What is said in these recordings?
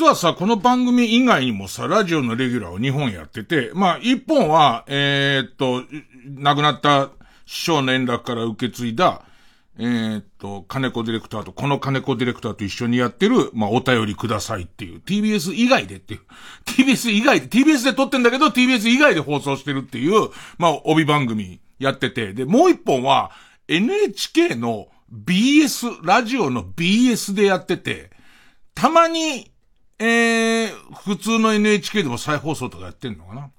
実はさ、この番組以外にもさ、ラジオのレギュラーを2本やってて、まあ、1本は、亡くなった師匠の円楽から受け継いだ、金子ディレクターと、この金子ディレクターと一緒にやってる、まあ、お便りくださいっていう、TBS 以外でっていう、TBS で撮ってんだけど、TBS 以外で放送してるっていう、まあ、帯番組やってて、で、もう1本は、NHK の BS、ラジオの BS でやってて、たまに、普通の NHK でも再放送とかやってんのかな。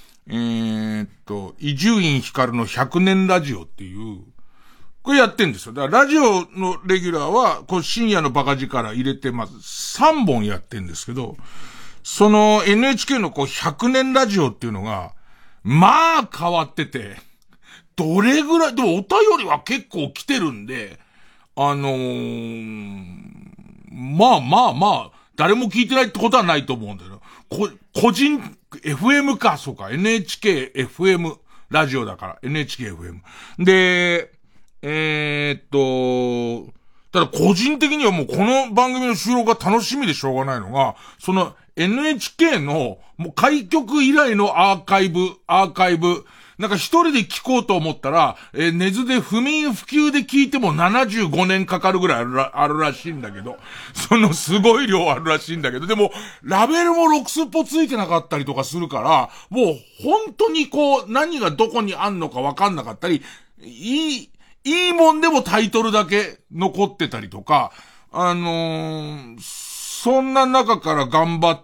伊集院光の100年ラジオっていう、これやってんですよ。だからラジオのレギュラーは、こう深夜のバカ力入れて、まず3本やってんですけど、その NHK のこう100年ラジオっていうのが、まあ変わってて、どれぐらい、でもお便りは結構来てるんで、まあ、誰も聞いてないってことはないと思うんだよ。個人、FM か、そうか、NHK FM ラジオだから、NHK FM。で、ただ個人的にはもうこの番組の収録が楽しみでしょうがないのが、その NHK のもう開局以来のアーカイブ、なんか一人で聞こうと思ったら、根津で不眠不休で聞いても75年かかるぐらいあるらしいんだけど、そのすごい量あるらしいんだけど、でも、ラベルも6スポついてなかったりとかするから、もう本当にこう、何がどこにあんのかわかんなかったり、いいもんでもタイトルだけ残ってたりとか、そんな中から頑張って、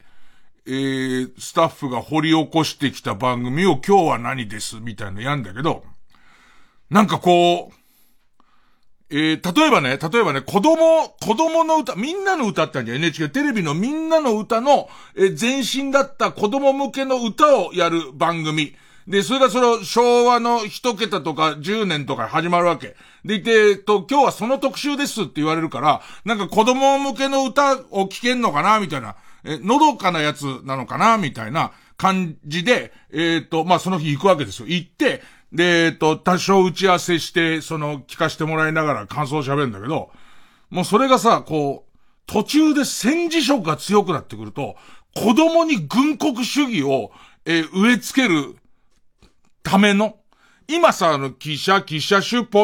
スタッフが掘り起こしてきた番組を今日は何ですみたいなのやんだけど、なんかこう、例えばね、子供の歌、みんなの歌ってあるじゃん、NHK テレビのみんなの歌の、前身だった子供向けの歌をやる番組。で、それがその昭和の一桁とか10年とか始まるわけ。でいて、今日はその特集ですって言われるから、なんか子供向けの歌を聴けんのかなみたいな。のどかなやつなのかなみたいな感じで、まあ、その日行くわけですよ。行って、で、多少打ち合わせして、聞かせてもらいながら感想を喋るんだけど、もうそれがさ、こう、途中で戦時色が強くなってくると、子供に軍国主義を、植え付けるための、今さ、キシャ、シュポ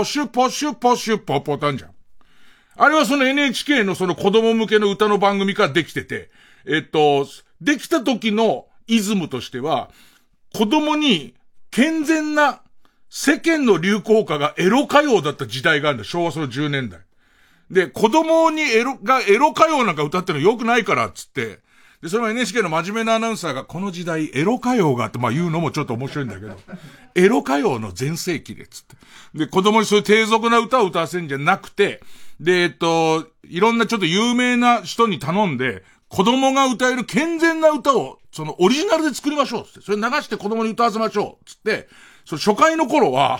タンじゃん。あれはその NHK のその子供向けの歌の番組からできてて、できた時のイズムとしては、子供に健全な世間の流行歌がエロ歌謡だった時代があるんだ。昭和その10年代。で、子供にエロ歌謡なんか歌ってるの良くないからっつって、で、それも NHK の真面目なアナウンサーがこの時代エロ歌謡があって、まあ言うのもちょっと面白いんだけど、エロ歌謡の全盛期でっつって。で、子供にそういう低俗な歌を歌わせるんじゃなくて、で、いろんなちょっと有名な人に頼んで、子供が歌える健全な歌を、オリジナルで作りましょうっつって。それ流して子供に歌わせましょうっつって、初回の頃は、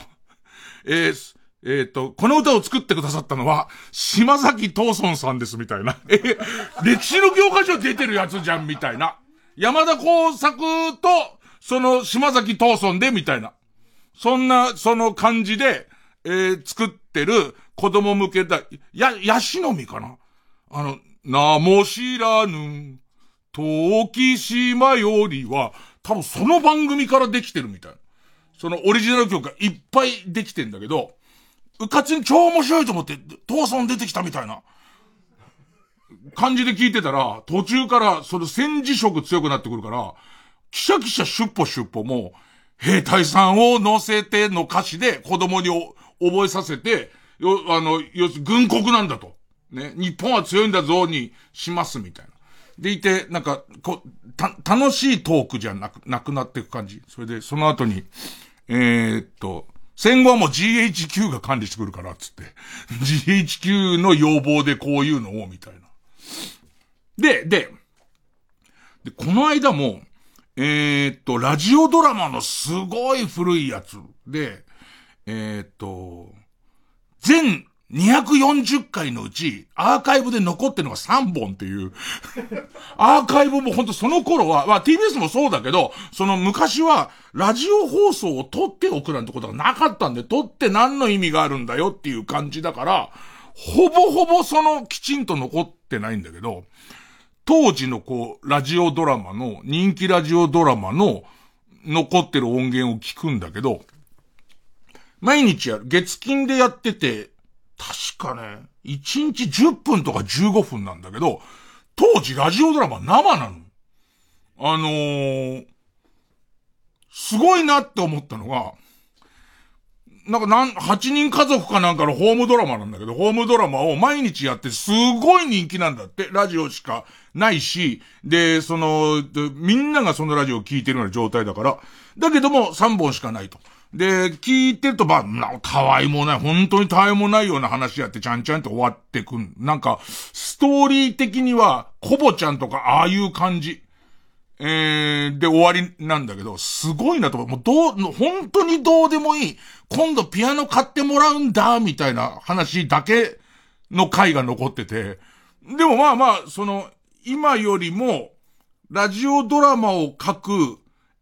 この歌を作ってくださったのは、島崎藤村さんですみたいな。歴史の教科書出てるやつじゃんみたいな。山田耕作と、島崎藤村でみたいな。そんな、感じで、作ってる子供向けだ。ヤシの実かな？名も知らぬ、時島よりは、多分その番組からできてるみたいな。そのオリジナル曲がいっぱいできてんだけど、うかつに超面白いと思って、父さん出てきたみたいな感じで聞いてたら、途中から戦時色強くなってくるから、キシャシュッポも、兵隊さんを乗せての歌詞で子供に覚えさせて、要するに軍国なんだと。ね。日本は強いんだぞにしますみたいな。でいて、なんか、楽しいトークじゃなくなっていく感じ。それで、その後に、戦後はもう GHQ が管理してくるからっつって。GHQ の要望でこういうのを、みたいな。で、この間も、ラジオドラマのすごい古いやつで、全240回のうち、アーカイブで残ってるのが3本っていう。アーカイブもほんとその頃は、まあ TBS もそうだけど、昔は、ラジオ放送を撮っておくなんてことがなかったんで、撮って何の意味があるんだよっていう感じだから、ほぼほぼきちんと残ってないんだけど、 当時のこう、ラジオドラマの、人気ラジオドラマの残ってる音源を聞くんだけど、毎日やる。月金でやってて、確かね、1日10分とか15分なんだけど、当時ラジオドラマ生なの。すごいなって思ったのが、8人家族かなんかのホームドラマなんだけど、ホームドラマを毎日やってすごい人気なんだって。ラジオしかないし、で、みんながそのラジオを聞いてるような状態だから。だけども3本しかないと。で、聞いてると、たわいもない、本当にたわいもないような話やってちゃんちゃんって終わってくん。なんか、ストーリー的には、コボちゃんとかああいう感じ。で終わりなんだけど、すごいなと思う。本当にどうでもいい。今度ピアノ買ってもらうんだ、みたいな話だけの回が残ってて。でも今よりも、ラジオドラマを書く、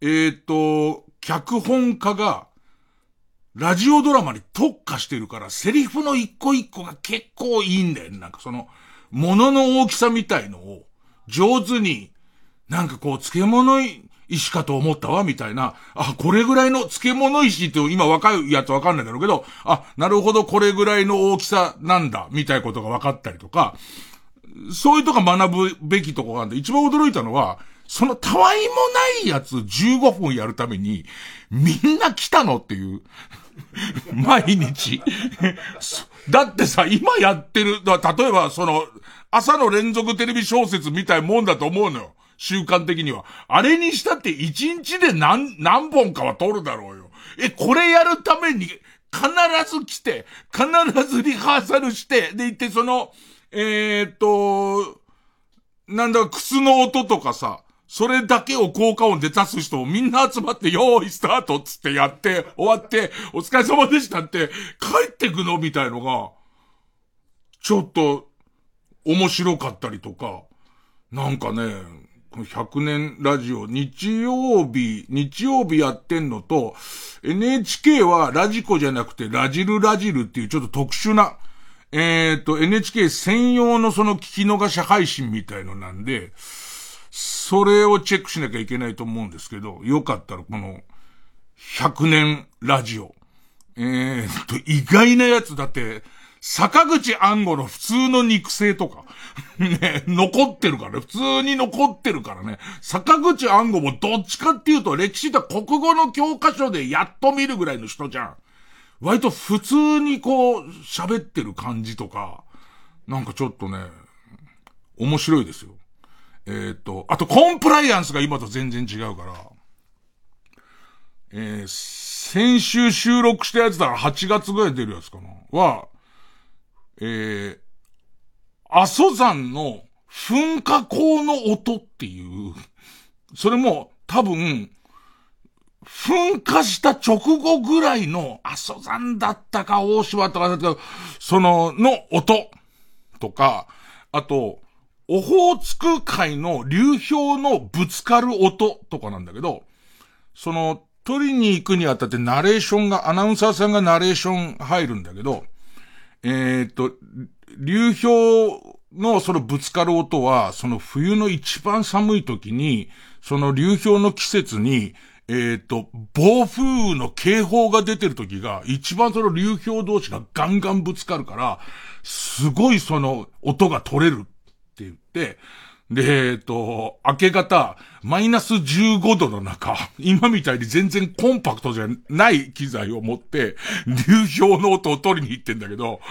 脚本家が、ラジオドラマに特化してるから、セリフの一個一個が結構いいんだよね。なんか物の大きさみたいのを、上手に、なんかこう、漬物石かと思ったわ、みたいな。これぐらいの漬物石って今若いやつわかんないだろうけど、なるほど、これぐらいの大きさなんだ、みたいなことが分かったりとか、そういうとこ学ぶべきとこがあるんで、一番驚いたのは、そのたわいもないやつ15分やるために、みんな来たのっていう。毎日。だってさ、今やってる、例えば朝の連続テレビ小説みたいもんだと思うのよ。習慣的には。あれにしたって1日で何本かは撮るだろうよ。これやるために必ず来て、必ずリハーサルして、で行って靴の音とかさ、それだけを効果音で出す人をみんな集まってよーいスタートっつってやって終わってお疲れ様でしたって帰ってくのみたいのがちょっと面白かったりとか、なんかね、100年ラジオ日曜日やってんのと NHK はラジコじゃなくてラジルっていうちょっと特殊なNHK 専用の聞き逃し配信みたいのなんで、それをチェックしなきゃいけないと思うんですけど、よかったらこの、100年ラジオ。意外なやつだって、坂口安吾の普通の肉声とか、ね、残ってるからね、普通に残ってるからね。坂口安吾もどっちかっていうと、歴史だ国語の教科書でやっと見るぐらいの人じゃん。割と普通に喋ってる感じとか、なんかちょっとね、面白いですよ。あとコンプライアンスが今と全然違うから、先週収録したやつだから8月ぐらい出るやつかなは、阿蘇山の噴火口の音っていう、それも多分、噴火した直後ぐらいの阿蘇山だったか大島とかだったか、の音とか、あと、オホーツク海の流氷のぶつかる音とかなんだけど、取りに行くにあたってナレーションが、アナウンサーさんがナレーション入るんだけど、流氷のぶつかる音は、冬の一番寒い時に、流氷の季節に、暴風雨の警報が出てる時が、一番流氷同士がガンガンぶつかるから、すごい音が取れるって言って、で、明け方、マイナス15度の中、今みたいに全然コンパクトじゃない機材を持って、流氷の音を取りに行ってんだけど、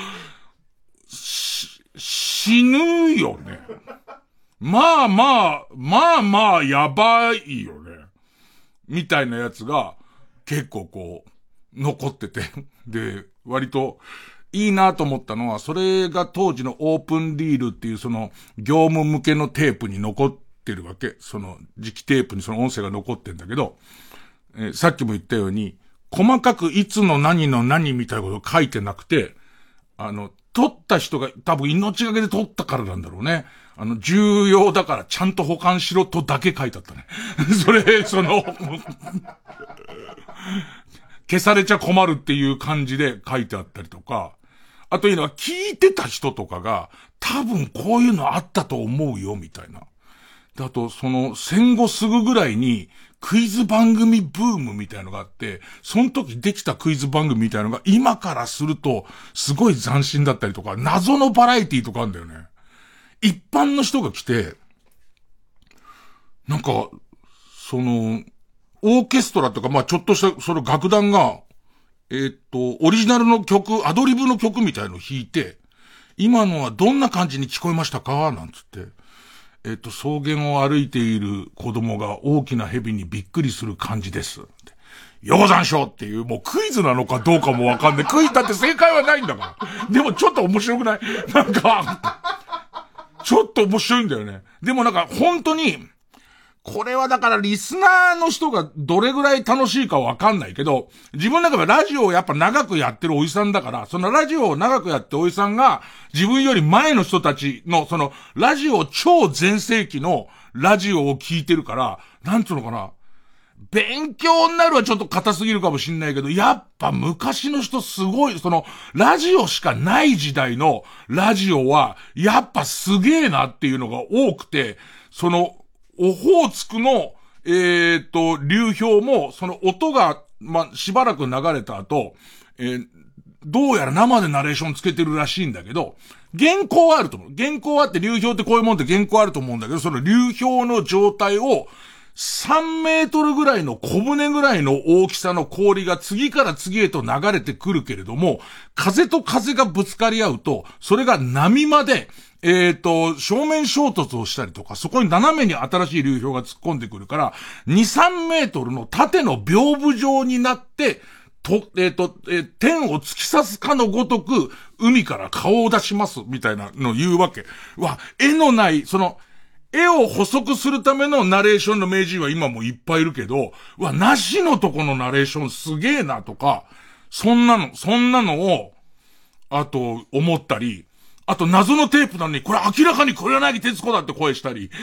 死ぬよね。まあ、やばいよね。みたいなやつが、結構残ってて。で、割と、いいなと思ったのは、それが当時のオープンリールっていう業務向けのテープに残ってるわけ。磁気テープに音声が残ってんだけど、さっきも言ったように、細かくいつの何の何みたいなことを書いてなくて、撮った人が多分命がけで撮ったからなんだろうね。重要だからちゃんと保管しろとだけ書いてあったね。それ、消されちゃ困るっていう感じで書いてあったりとか、あというのは聞いてた人とかが多分こういうのあったと思うよみたいな。 あと、その戦後すぐぐらいにクイズ番組ブームみたいのがあって、その時できたクイズ番組みたいのが今からするとすごい斬新だったりとか、謎のバラエティとかあるんだよね。一般の人が来て、なんか、その、オーケストラとか、まあちょっとしたその楽団が、オリジナルの曲、アドリブの曲みたいのを弾いて、今のはどんな感じに聞こえましたかなんつって。草原を歩いている子供が大きな蛇にびっくりする感じです。よござんしょうっていう、もうクイズなのかどうかもわかんない。クイズだって正解はないんだから。でもちょっと面白くない？なんか、ちょっと面白いんだよね。でもなんか本当に、これはだからリスナーの人がどれぐらい楽しいかわかんないけど、自分の中でラジオをやっぱ長くやってるおじさんだから、そのラジオを長くやってるおじさんが、自分より前の人たちの、そのラジオ超全盛期のラジオを聞いてるから、なんつうのかな、勉強になるはちょっと硬すぎるかもしんないけど、やっぱ昔の人すごい、その、ラジオしかない時代のラジオは、やっぱすげえなっていうのが多くて、その、オホーツクの、流氷も、その音が、しばらく流れた後、どうやら生でナレーションつけてるらしいんだけど、原稿はあると思う。原稿はあって流氷ってこういうもんって原稿あると思うんだけど、その流氷の状態を、3メートルぐらいの小舟ぐらいの大きさの氷が次から次へと流れてくるけれども、風と風がぶつかり合うと、それが波まで、正面衝突をしたりとか、そこに斜めに新しい流氷が突っ込んでくるから、2、3メートルの縦の屏風状になって、天を突き刺すかのごとく、海から顔を出します、みたいなのを言うわけ。絵のない、その、絵を補足するためのナレーションの名人は今もいっぱいいるけど、なしのとこのナレーションすげえなとか、そんなのを、あと、思ったり、あと謎のテープなのに、これ明らかに黒柳徹子だって声したり、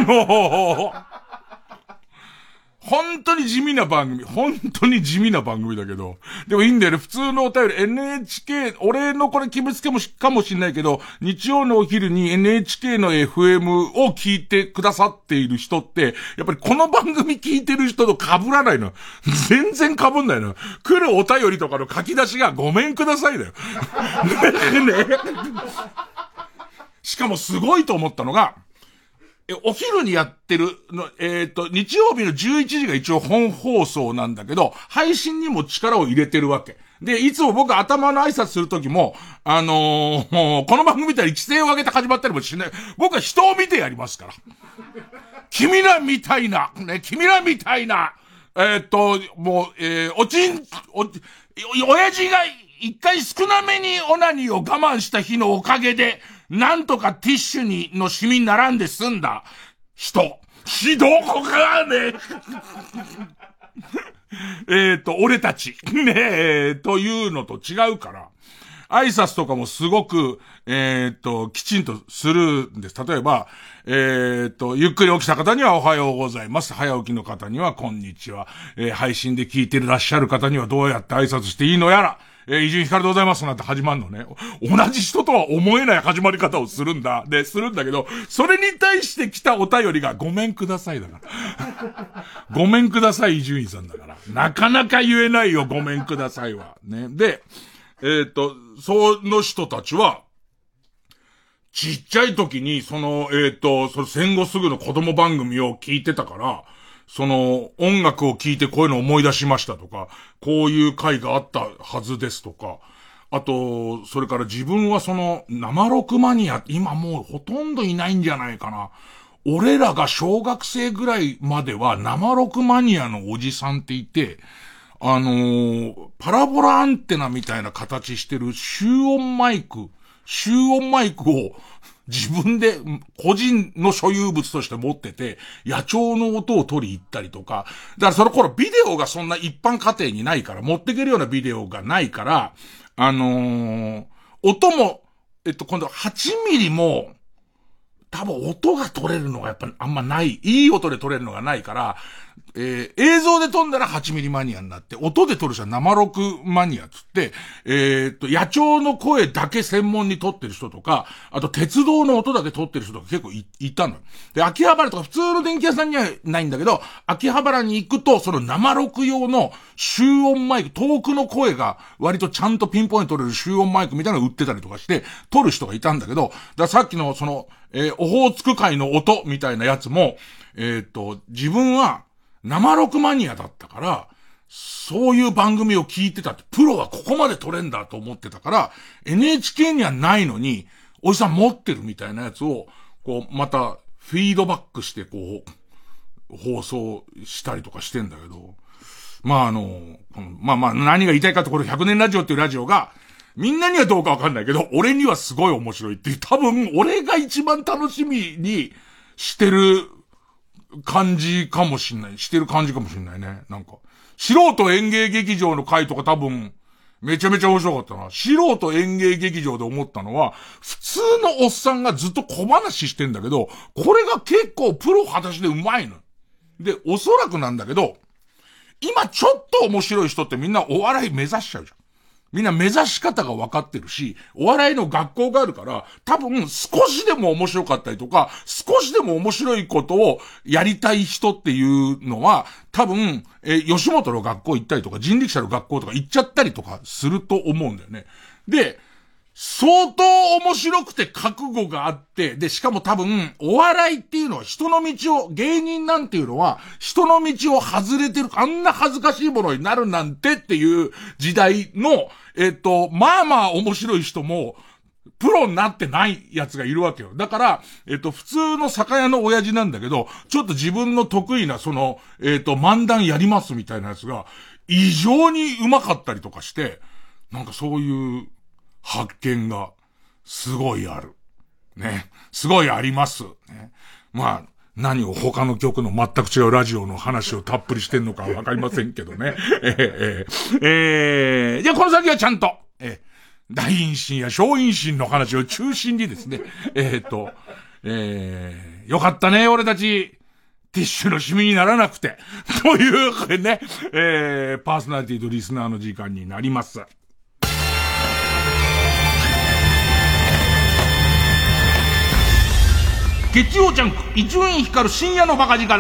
本当に地味な番組だけど。でもいいんだよね。普通のお便り、NHK、俺のこれ決めつけかもしんないけど、日曜のお昼に NHK の FM を聞いてくださっている人って、やっぱりこの番組聞いてる人と被らないの。全然被んないの。来るお便りとかの書き出しがごめんくださいだよ。ね。しかもすごいと思ったのが、お昼にやってるの、日曜日の11時が一応本放送なんだけど、配信にも力を入れてるわけ。で、いつも僕頭の挨拶するときも、もう、この番組みたいに規制を上げて始まったりもしない。僕は人を見てやりますから。君らみたいな、もう、親父が一回少なめにオナニーを我慢した日のおかげで、なんとかティッシュのシミに並んで済んだ人。ひどこかね俺たち。ねというのと違うから。挨拶とかもすごく、きちんとするんです。例えば、ゆっくり起きた方にはおはようございます。早起きの方にはこんにちは。配信で聞いてらっしゃる方にはどうやって挨拶していいのやら。伊集院光でございますなんて始まるのね。同じ人とは思えない始まり方をするんだ。で、するんだけど、それに対して来たお便りがごめんくださいだから。ごめんください、伊集院さんだから。なかなか言えないよ、ごめんくださいは。ね。で、その人たちは、ちっちゃい時に、その戦後すぐの子供番組を聞いてたから、その音楽を聞いてこういうのを思い出しましたとか、こういう回があったはずですとか、あと、それから自分はその生録マニア、今もうほとんどいないんじゃないかな。俺らが小学生ぐらいまでは生録マニアのおじさんっていて、パラボラアンテナみたいな形してる集音マイクを自分で個人の所有物として持ってて、野鳥の音を取り入ったりとか、だからその頃ビデオがそんな一般家庭にないから、持ってけるようなビデオがないから、音も、今度8ミリも、多分音が取れるのがやっぱあんまない、いい音で取れるのがないから、 映像で撮んだら8ミリマニアになって、音で撮る人は生録マニアつって、野鳥の声だけ専門に撮ってる人とか、あと鉄道の音だけ撮ってる人とか結構 いたのよ。で、秋葉原とか普通の電気屋さんにはないんだけど、秋葉原に行くと、その生録用の集音マイク、遠くの声が割とちゃんとピンポイントで撮れる集音マイクみたいなのを売ってたりとかして、撮る人がいたんだけど、だからさっきのその、オホーツク海の音みたいなやつも、自分は、生録マニアだったから、そういう番組を聞いてたって、プロはここまで撮れんだと思ってたから、NHK にはないのに、おじさん持ってるみたいなやつを、こう、また、フィードバックして、こう、放送したりとかしてんだけど、まあ何が言いたいかってこれ100年ラジオっていうラジオが、みんなにはどうかわかんないけど、俺にはすごい面白いっていう、多分、俺が一番楽しみにしてる、感じかもしんない。してる感じかもしんないね。なんか。素人演芸劇場の回とか多分、めちゃめちゃ面白かったな。素人演芸劇場で思ったのは、普通のおっさんがずっと小話してんだけど、これが結構プロ裸足でうまいの。で、おそらくなんだけど、今ちょっと面白い人ってみんなお笑い目指しちゃうじゃん。みんな目指し方が分かってるし、お笑いの学校があるから、多分少しでも面白かったりとか、少しでも面白いことをやりたい人っていうのは、多分、吉本の学校行ったりとか、人力車の学校とか行っちゃったりとかすると思うんだよね。で、相当面白くて覚悟があって、で、しかも多分、お笑いっていうのは人の道を、芸人なんていうのは、人の道を外れてる、あんな恥ずかしいものになるなんてっていう時代の、まあまあ面白い人も、プロになってないやつがいるわけよ。だから、普通の酒屋の親父なんだけど、ちょっと自分の得意なその、漫談やりますみたいなやつが、異常に上手かったりとかして、なんかそういう、発見が、すごいある。ね。すごいあります。ね。まあ、何を他の曲の全く違うラジオの話をたっぷりしてんのかわかりませんけどね。じゃあこの先はちゃんと、大陰唇や小陰唇の話を中心にですね、よかったね、俺たち。ティッシュのシミにならなくて。という、ね、パーソナリティとリスナーの時間になります。月曜ジャンク伊集院光る深夜のバカ力。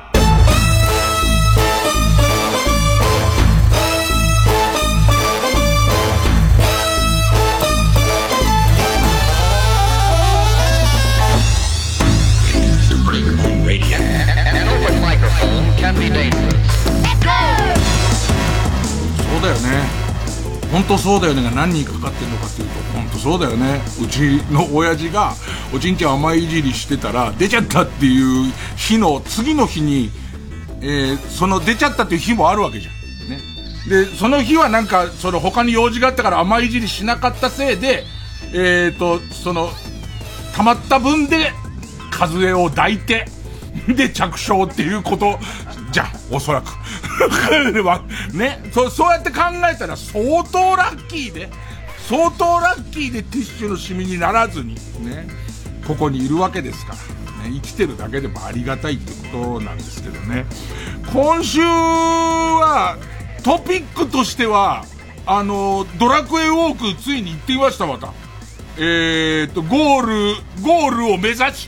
そうだよね。本当そうだよねが何人かかってんのかっていうと、本当そうだよね。うちの親父がおちんちゃん甘いいじりしてたら出ちゃったっていう日の次の日に、その出ちゃったっていう日もあるわけじゃん。ね。で、その日はなんか、その他に用事があったから甘いいじりしなかったせいで、その、溜まった分で、数を抱いて、で、着床っていうこと、じゃん、おそらく。ね、そうやって考えたら相当ラッキーでティッシュのシミにならずに、ね、ここにいるわけですから、ね、生きてるだけでもありがたいってことなんですけどね。今週は、トピックとしては、ドラクエウォークついに行ってみました、また。ゴールを目指して、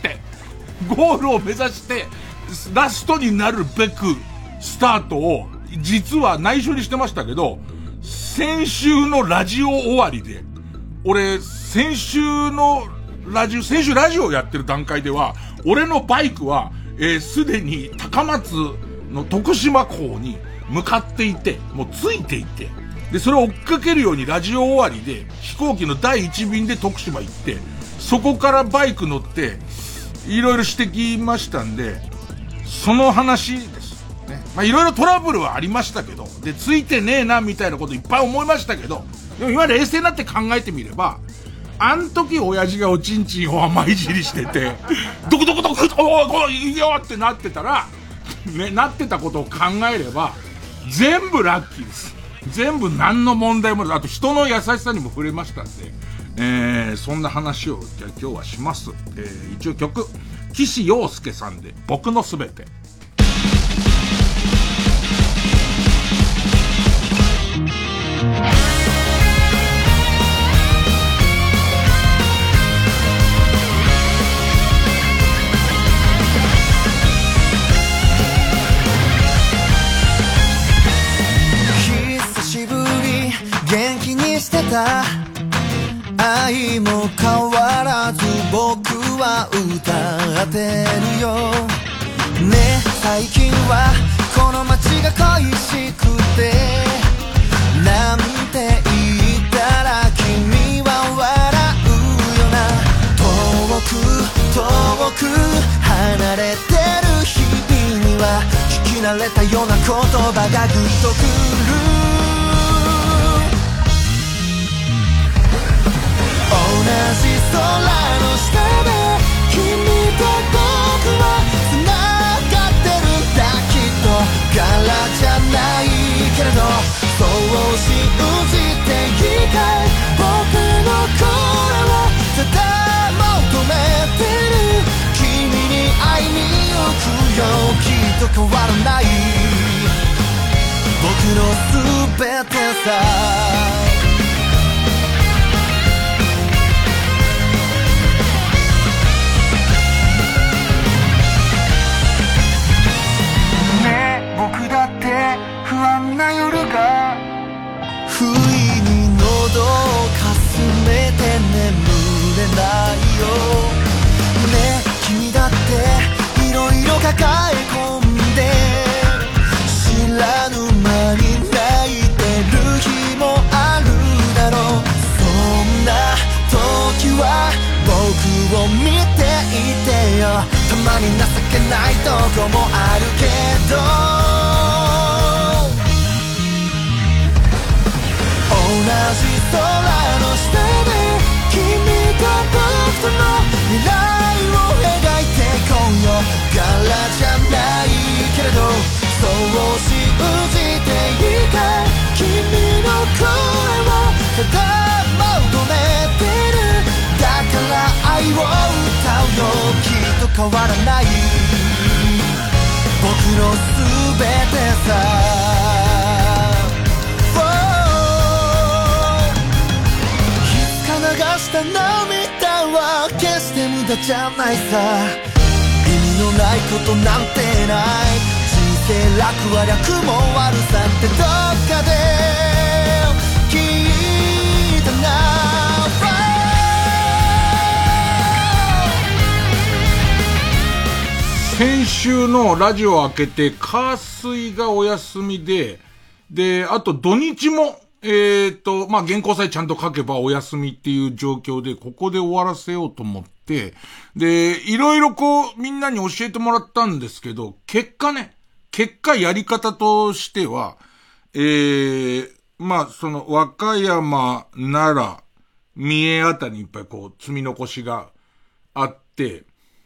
ラストになるべく、スタートを、実は内緒にしてましたけど、先週のラジオ終わりで、俺、先週ラジオをやってる段階では、俺のバイクは、すでに高松の徳島港に向かっていて、もうついていて、で、それを追っかけるようにラジオ終わりで、飛行機の第1便で徳島行って、そこからバイク乗って、いろいろしてきましたんで、その話です。ね。まあ、いろいろトラブルはありましたけど、で、ついてねえな、みたいなこといっぱい思いましたけど、でも今冷静になって考えてみれば、あん時親父がおちんちんを甘いじりしてて、ドクおいいよってなってたら、ね、なってたことを考えれば、全部ラッキーです。全部何の問題もない。あと人の優しさにも触れましたんで、そんな話をじゃあ今日はします。一応曲、岸洋介さんで僕のすべて。 た愛も変わらず僕は歌ってるよねえ最近はこの街が恋しくてなんて言ったら君は笑うよな遠く離れてる日々には聞き慣れたような言葉がグッとくる同じ空の下で君と僕は繋がってるんだきっと柄じゃないけれどそう信じていたい僕の声をただ求めてる君に会いに行くよきっと変わらない僕の全てさ僕だって不安な夜が不意に喉をかすめて眠れないよねえ君だっていろいろ抱え込んで知らぬ間に泣いてる日もあるだろうそんな時は僕を見ていてよたまに情けないとこもあるけど同じ空の下で君と僕との未来を描いてこうよ柄じゃないけれどそう信じていたい君の声をただ求めてるだから愛を歌うよきっと変わらない僕の全てさ流した涙は決して無駄じゃないさ意味のないことなんてない人生楽は楽も悪さってどっかで聞いたな先週のラジオ開けて火水がお休みであと土日も原稿さえちゃんと書けばお休みっていう状況で、ここで終わらせようと思って、いろいろみんなに教えてもらったんですけど、結果やり方としては、和歌山、奈良、三重あたりにいっぱい積み残しがあって、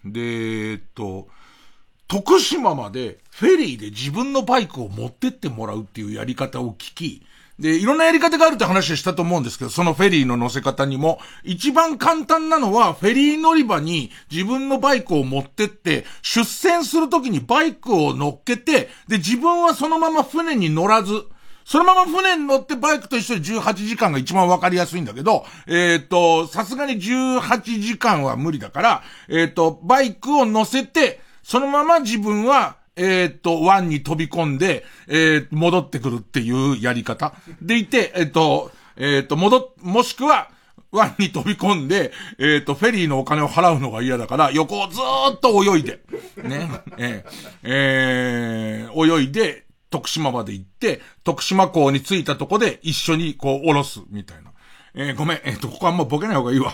徳島までフェリーで自分のバイクを持ってってもらうっていうやり方を聞き、いろんなやり方があるって話をしたと思うんですけど、そのフェリーの乗せ方にも、一番簡単なのは、フェリー乗り場に自分のバイクを持ってって、出船するときにバイクを乗っけて、自分はそのまま船に乗らず、そのまま船に乗ってバイクと一緒に18時間が一番わかりやすいんだけど、さすがに18時間は無理だから、バイクを乗せて、そのまま自分は、湾に飛び込んで、戻ってくるっていうやり方でいて、もしくは、湾に飛び込んで、フェリーのお金を払うのが嫌だから、横をずーっと泳いで、ね、泳いで、徳島まで行って、徳島港に着いたとこで一緒に降ろす、みたいな。ごめん、ここあんまボケない方がいいわ。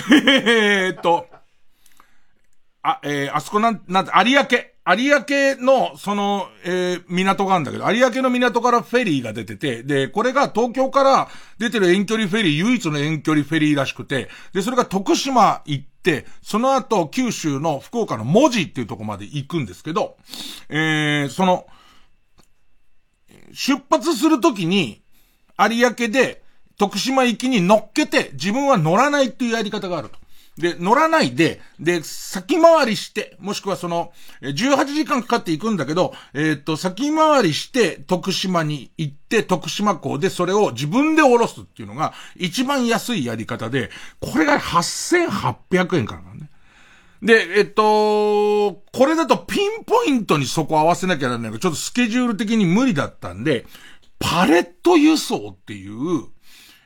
あそこ有明の、港があるんだけど、有明の港からフェリーが出てて、これが東京から出てる遠距離フェリー、唯一の遠距離フェリーらしくて、それが徳島行って、その後、九州の福岡の門司っていうとこまで行くんですけど、出発するときに、有明で徳島行きに乗っけて、自分は乗らないっていうやり方があると。乗らないで、先回りして、もしくは18時間かかっていくんだけど、先回りして、徳島に行って、徳島港でそれを自分で下ろすっていうのが、一番安いやり方で、これが8800円からなんね。これだとピンポイントにそこ合わせなきゃならないけど、ちょっとスケジュール的に無理だったんで、パレット輸送っていう、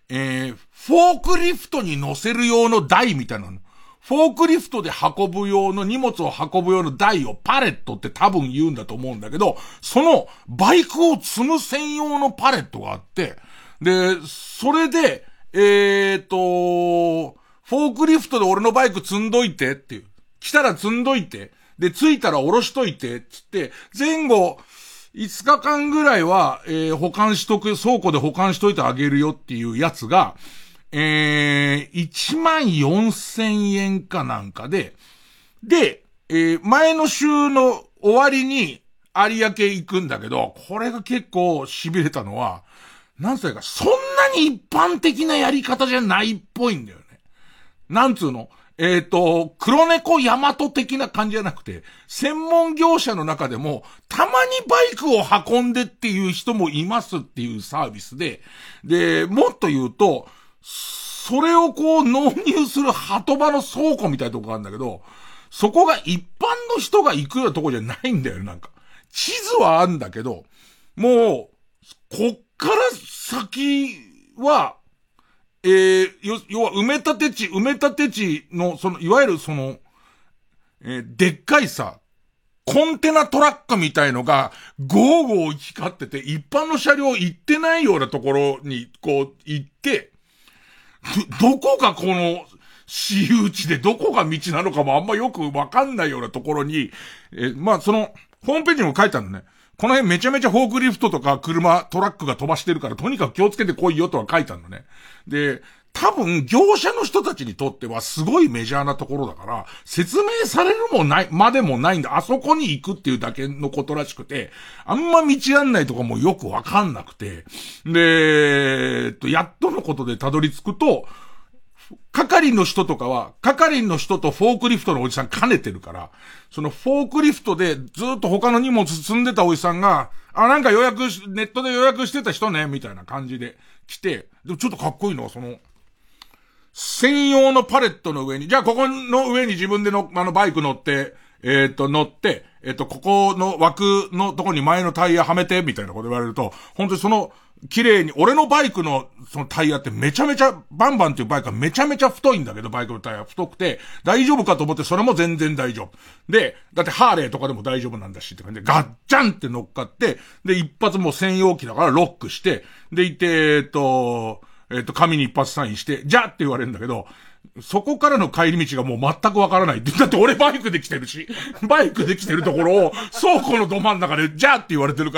フォークリフトに乗せる用の台みたいなの。フォークリフトで運ぶ用の荷物を運ぶ用の台をパレットって多分言うんだと思うんだけど、そのバイクを積む専用のパレットがあって、で、それで、フォークリフトで俺のバイク積んどいてっていう。来たら積んどいて。で、着いたら下ろしといて、つって、前後、5日間ぐらいは、保管しとく、倉庫で保管しといてあげるよっていうやつが、14,000円かなんかで、で、前の週の終わりに有明行くんだけど、これが結構痺れたのは、なんつうか、そんなに一般的なやり方じゃないっぽいんだよね。なんつうの？黒猫ヤマト的な感じじゃなくて、専門業者の中でも、たまにバイクを運んでっていう人もいますっていうサービスで、で、もっと言うと、それをこう納入する鳩場の倉庫みたいなとこがあるんだけど、そこが一般の人が行くようなとこじゃないんだよ、なんか。地図はあるんだけど、もう、こっから先は、要は埋め立て地の、いわゆるでっかいさ、コンテナトラックみたいのが、ゴーゴー行き交ってて、一般の車両行ってないようなところに、こう、行って、どこがこの、私有地でどこが道なのかもあんまよくわかんないようなところに、ホームページにも書いてあるのね。この辺めちゃめちゃフォークリフトとかトラックが飛ばしてるから、とにかく気をつけてこいよとは書いてあるのね。で、多分業者の人たちにとってはすごいメジャーなところだから、説明されるまでもないんだ。あそこに行くっていうだけのことらしくて、あんま道案内とかもよくわかんなくて、で、やっとのことでたどり着くと、係の人とかは、係の人とフォークリフトのおじさん兼ねてるから、そのフォークリフトでずっと他の荷物積んでたおじさんが、なんかネットで予約してた人ね、みたいな感じで来て、でもちょっとかっこいいのは専用のパレットの上に、じゃあここの上に自分でバイク乗って、乗って、ここの枠のとこに前のタイヤはめて、みたいなこと言われると、本当に綺麗に、俺のバイクのタイヤってめちゃめちゃ、バンバンっていうバイクはめちゃめちゃ太いんだけど、バイクのタイヤ太くて、大丈夫かと思ってそれも全然大丈夫。で、だってハーレーとかでも大丈夫なんだしって感じで、ガッチャンって乗っかって、で、一発もう専用機だからロックして、で、いて、紙に一発サインして、じゃって言われるんだけど、そこからの帰り道がもう全くわからない。だって俺バイクで来てるし、バイクで来てるところを倉庫のど真ん中でじゃって言われてるから、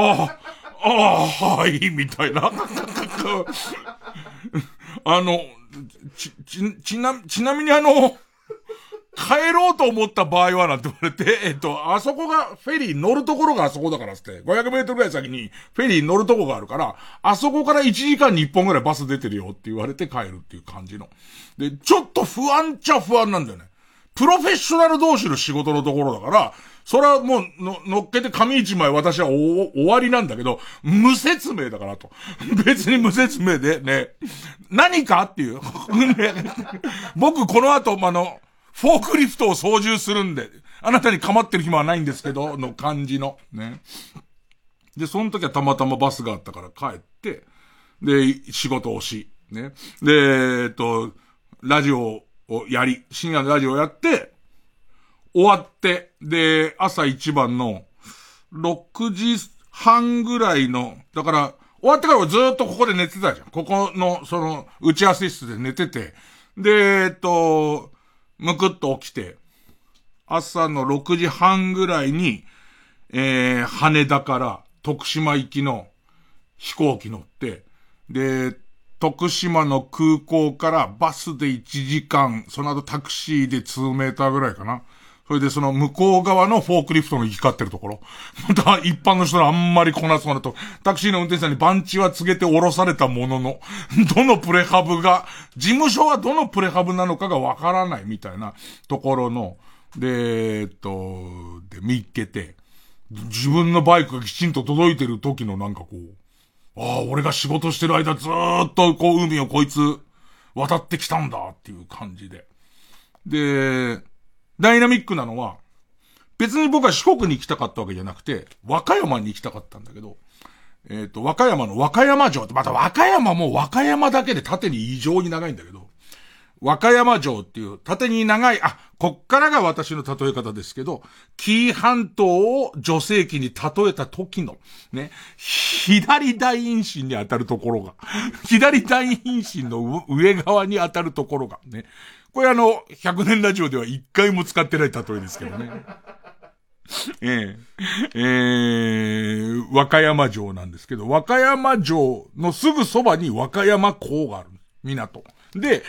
はい、みたいな。ちなみに帰ろうと思った場合はなんて言われて、あそこがフェリー乗るところがあそこだからって、500メートルぐらい先にフェリー乗るとこがあるから、あそこから1時間に1本ぐらいバス出てるよって言われて帰るっていう感じの。で、ちょっと不安っちゃ不安なんだよね。プロフェッショナル同士の仕事のところだから、それはもう乗っけて紙一枚私は終わりなんだけど、無説明だからと。別に無説明でね、何かっていう。僕この後フォークリフトを操縦するんで、あなたに構ってる暇はないんですけど、の感じの、ね。で、その時はたまたまバスがあったから帰って、で、仕事をし、ね。で、ラジオをやり、深夜のラジオをやって、終わって、で、朝一番の6時半ぐらいの、だから、終わってからずっとここで寝てたじゃん。ここの、打ち合わせ室で寝てて、で、むくっと起きて、朝の6時半ぐらいに、羽田から徳島行きの飛行機乗って、で、徳島の空港からバスで1時間、その後タクシーで2メーターぐらいかな。それでその向こう側のフォークリフトの行き交ってるところ。また一般の人はあんまり来なそうなと、タクシーの運転手さんに番地は告げて降ろされたものの、どのプレハブが、事務所はどのプレハブなのかがわからないみたいなところの、で、見っけて、自分のバイクがきちんと届いてる時のなんかこう、俺が仕事してる間ずーっとこう海をこいつ渡ってきたんだっていう感じで。で、ダイナミックなのは、別に僕は四国に行きたかったわけじゃなくて、和歌山に行きたかったんだけど、 和歌山の和歌山城って、また和歌山も和歌山だけで縦に異常に長いんだけど、和歌山城っていう縦に長い、こっからが私の例え方ですけど、紀伊半島を女性器に例えた時の、ね、左大陰唇に当たるところが、左大陰唇の上側に当たるところが、ね。これ100年ラジオでは一回も使ってない例えですけどね。和歌山城なんですけど、和歌山城のすぐそばに和歌山港がある。港。で、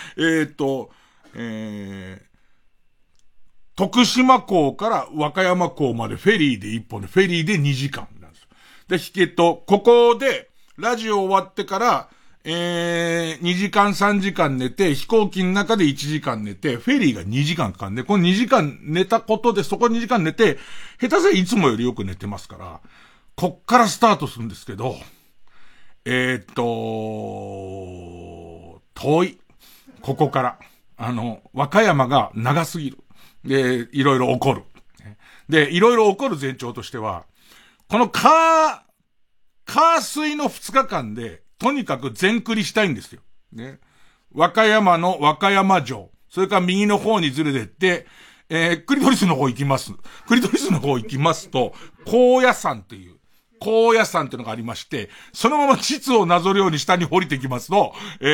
徳島港から和歌山港までフェリーで1本で、フェリーで2時間なんですよ。で、ここで、ラジオ終わってから、2時間3時間寝て、飛行機の中で1時間寝て、フェリーが2時間かかんで、この2時間寝たことで、そこ2時間寝て、下手すりゃいつもよりよく寝てますから、こっからスタートするんですけど、遠い。ここから。和歌山が長すぎる。で、いろいろ起こる。で、いろいろ起こる前兆としては、この火水の2日間で、とにかく全クリしたいんですよ。ね。和歌山の和歌山城。それから右の方にずれてって、クリトリスの方行きます。クリトリスの方行きますと、高野山っていうのがありまして、そのまま地図をなぞるように下に降りてきますと、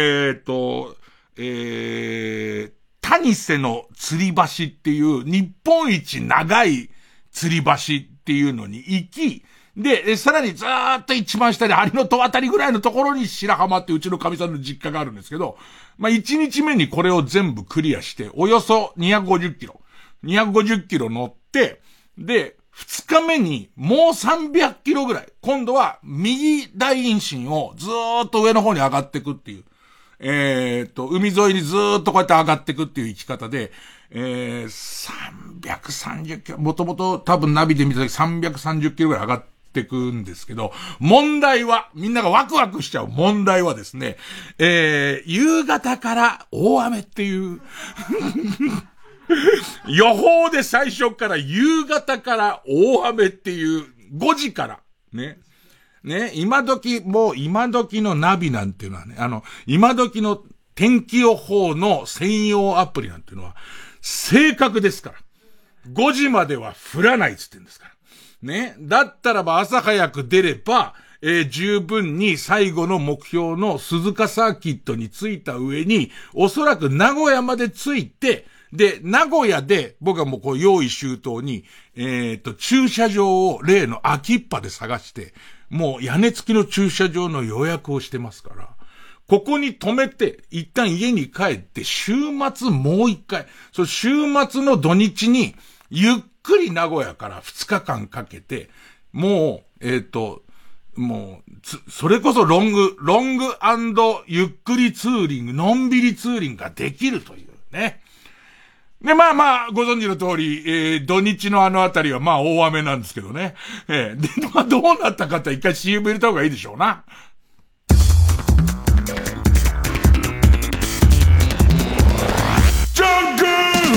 谷瀬の吊り橋っていう日本一長い吊り橋っていうのに行き、で、さらにずーっと一番下で針の戸あたりぐらいのところに白浜ってうちの神さんの実家があるんですけど、1日目にこれを全部クリアして、およそ250キロ乗って、で、2日目にもう300キロぐらい、今度は右大陰唇をずーっと上の方に上がっていくっていう、海沿いにずーっとこうやって上がっていくっていう生き方で、330キロ、もともと多分ナビで見た時330キロぐらい上がっていくんですけど、問題は、みんながワクワクしちゃう問題はですね、夕方から大雨っていう、予報で最初から夕方から大雨っていう5時から、ね、今時のナビなんていうのはね、今時の天気予報の専用アプリなんていうのは、正確ですから。5時までは降らないっつってんですから。ね。だったらば朝早く出れば、十分に最後の目標の鈴鹿サーキットに着いた上に、おそらく名古屋まで着いて、で、名古屋で僕はもうこう用意周到に、駐車場を例の秋っぱで探して、もう屋根付きの駐車場の予約をしてますから、ここに止めて、一旦家に帰って、週末もう一回、その週末の土日に、ゆっくり名古屋から2日間かけて、もう、それこそロング&ゆっくりツーリング、のんびりツーリングができるというね。で、ご存知の通り、土日のあたりは大雨なんですけどね。で、どうなったかって一回 CM 入れた方がいいでしょうな。ジャングル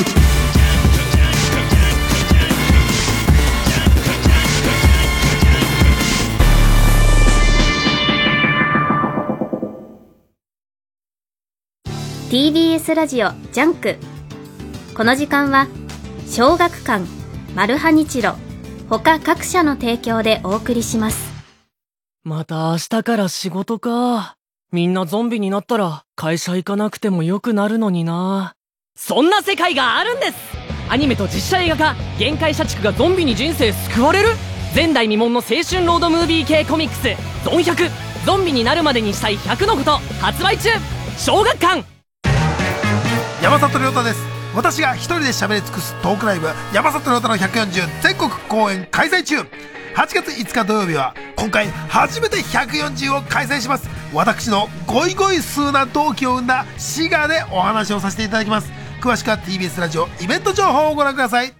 TBS ラジオジャンク。この時間は小学館、マルハニチロ他各社の提供でお送りします。 また明日から仕事か。みんなゾンビになったら会社行かなくてもよくなるのにな。そんな世界があるんです。アニメと実写映画化、限界社畜がゾンビに人生救われる。前代未聞の青春ロードムービー系コミックスゾン100、ゾンビになるまでにしたい100のこと発売中。小学館。 山里亮太です。私が一人で喋り尽くすトークライブ山里亮太の140全国公演開催中。8月5日土曜日は今回初めて140を開催します。私のゴイゴイ数な同期を生んだ滋賀でお話をさせていただきます。詳しくは TBS ラジオイベント情報をご覧ください。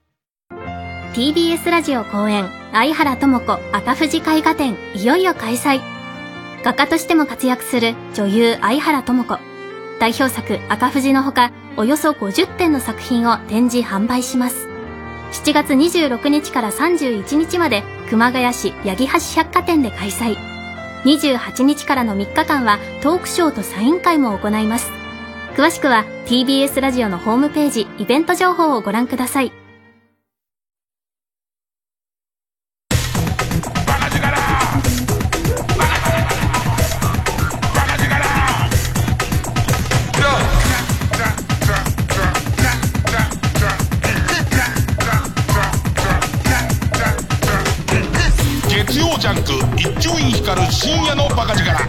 TBS ラジオ公演相原智子赤富士絵画展いよいよ開催。画家としても活躍する女優相原智子。代表作赤富士のほかおよそ50点の作品を展示販売します。7月26日から31日まで熊谷市八木橋百貨店で開催。 28日からの3日間はトークショーとサイン会も行います。詳しくは TBS ラジオのホームページイベント情報をご覧ください。 月曜ジャンク一丁院光る深夜のバカ力。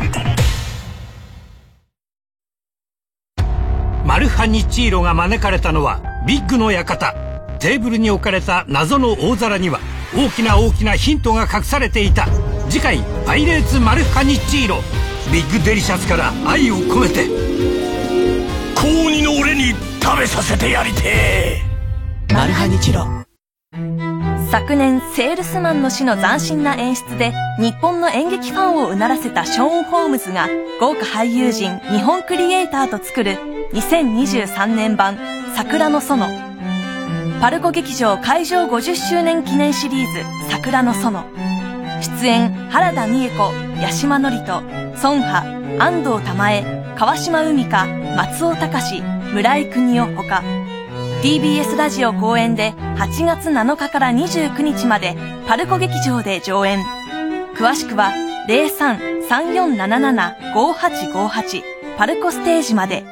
マルハニチーロが招かれたのはビッグの館。テーブルに置かれた謎の大皿には大きなヒントが隠されていた。次回パイレーツマルハニチーロ。ビッグデリシャスから愛を込めて高2の俺に食べさせてやりてー。 マルハニチロ。 昨年セールスマンの死の斬新な演出で日本の演劇ファンをうならせたショーン・ホームズが豪華俳優陣日本クリエイターと作る2023年版桜の園。パルコ劇場開場50周年記念シリーズ桜の園。出演原田美恵子、八嶋智人、孫波、安藤玉恵、川島海香、松尾隆、村井邦夫ほか TBS ラジオ公演で8月7日から29日までパルコ劇場で上演。詳しくは 03-3477-5858 パルコステージまで。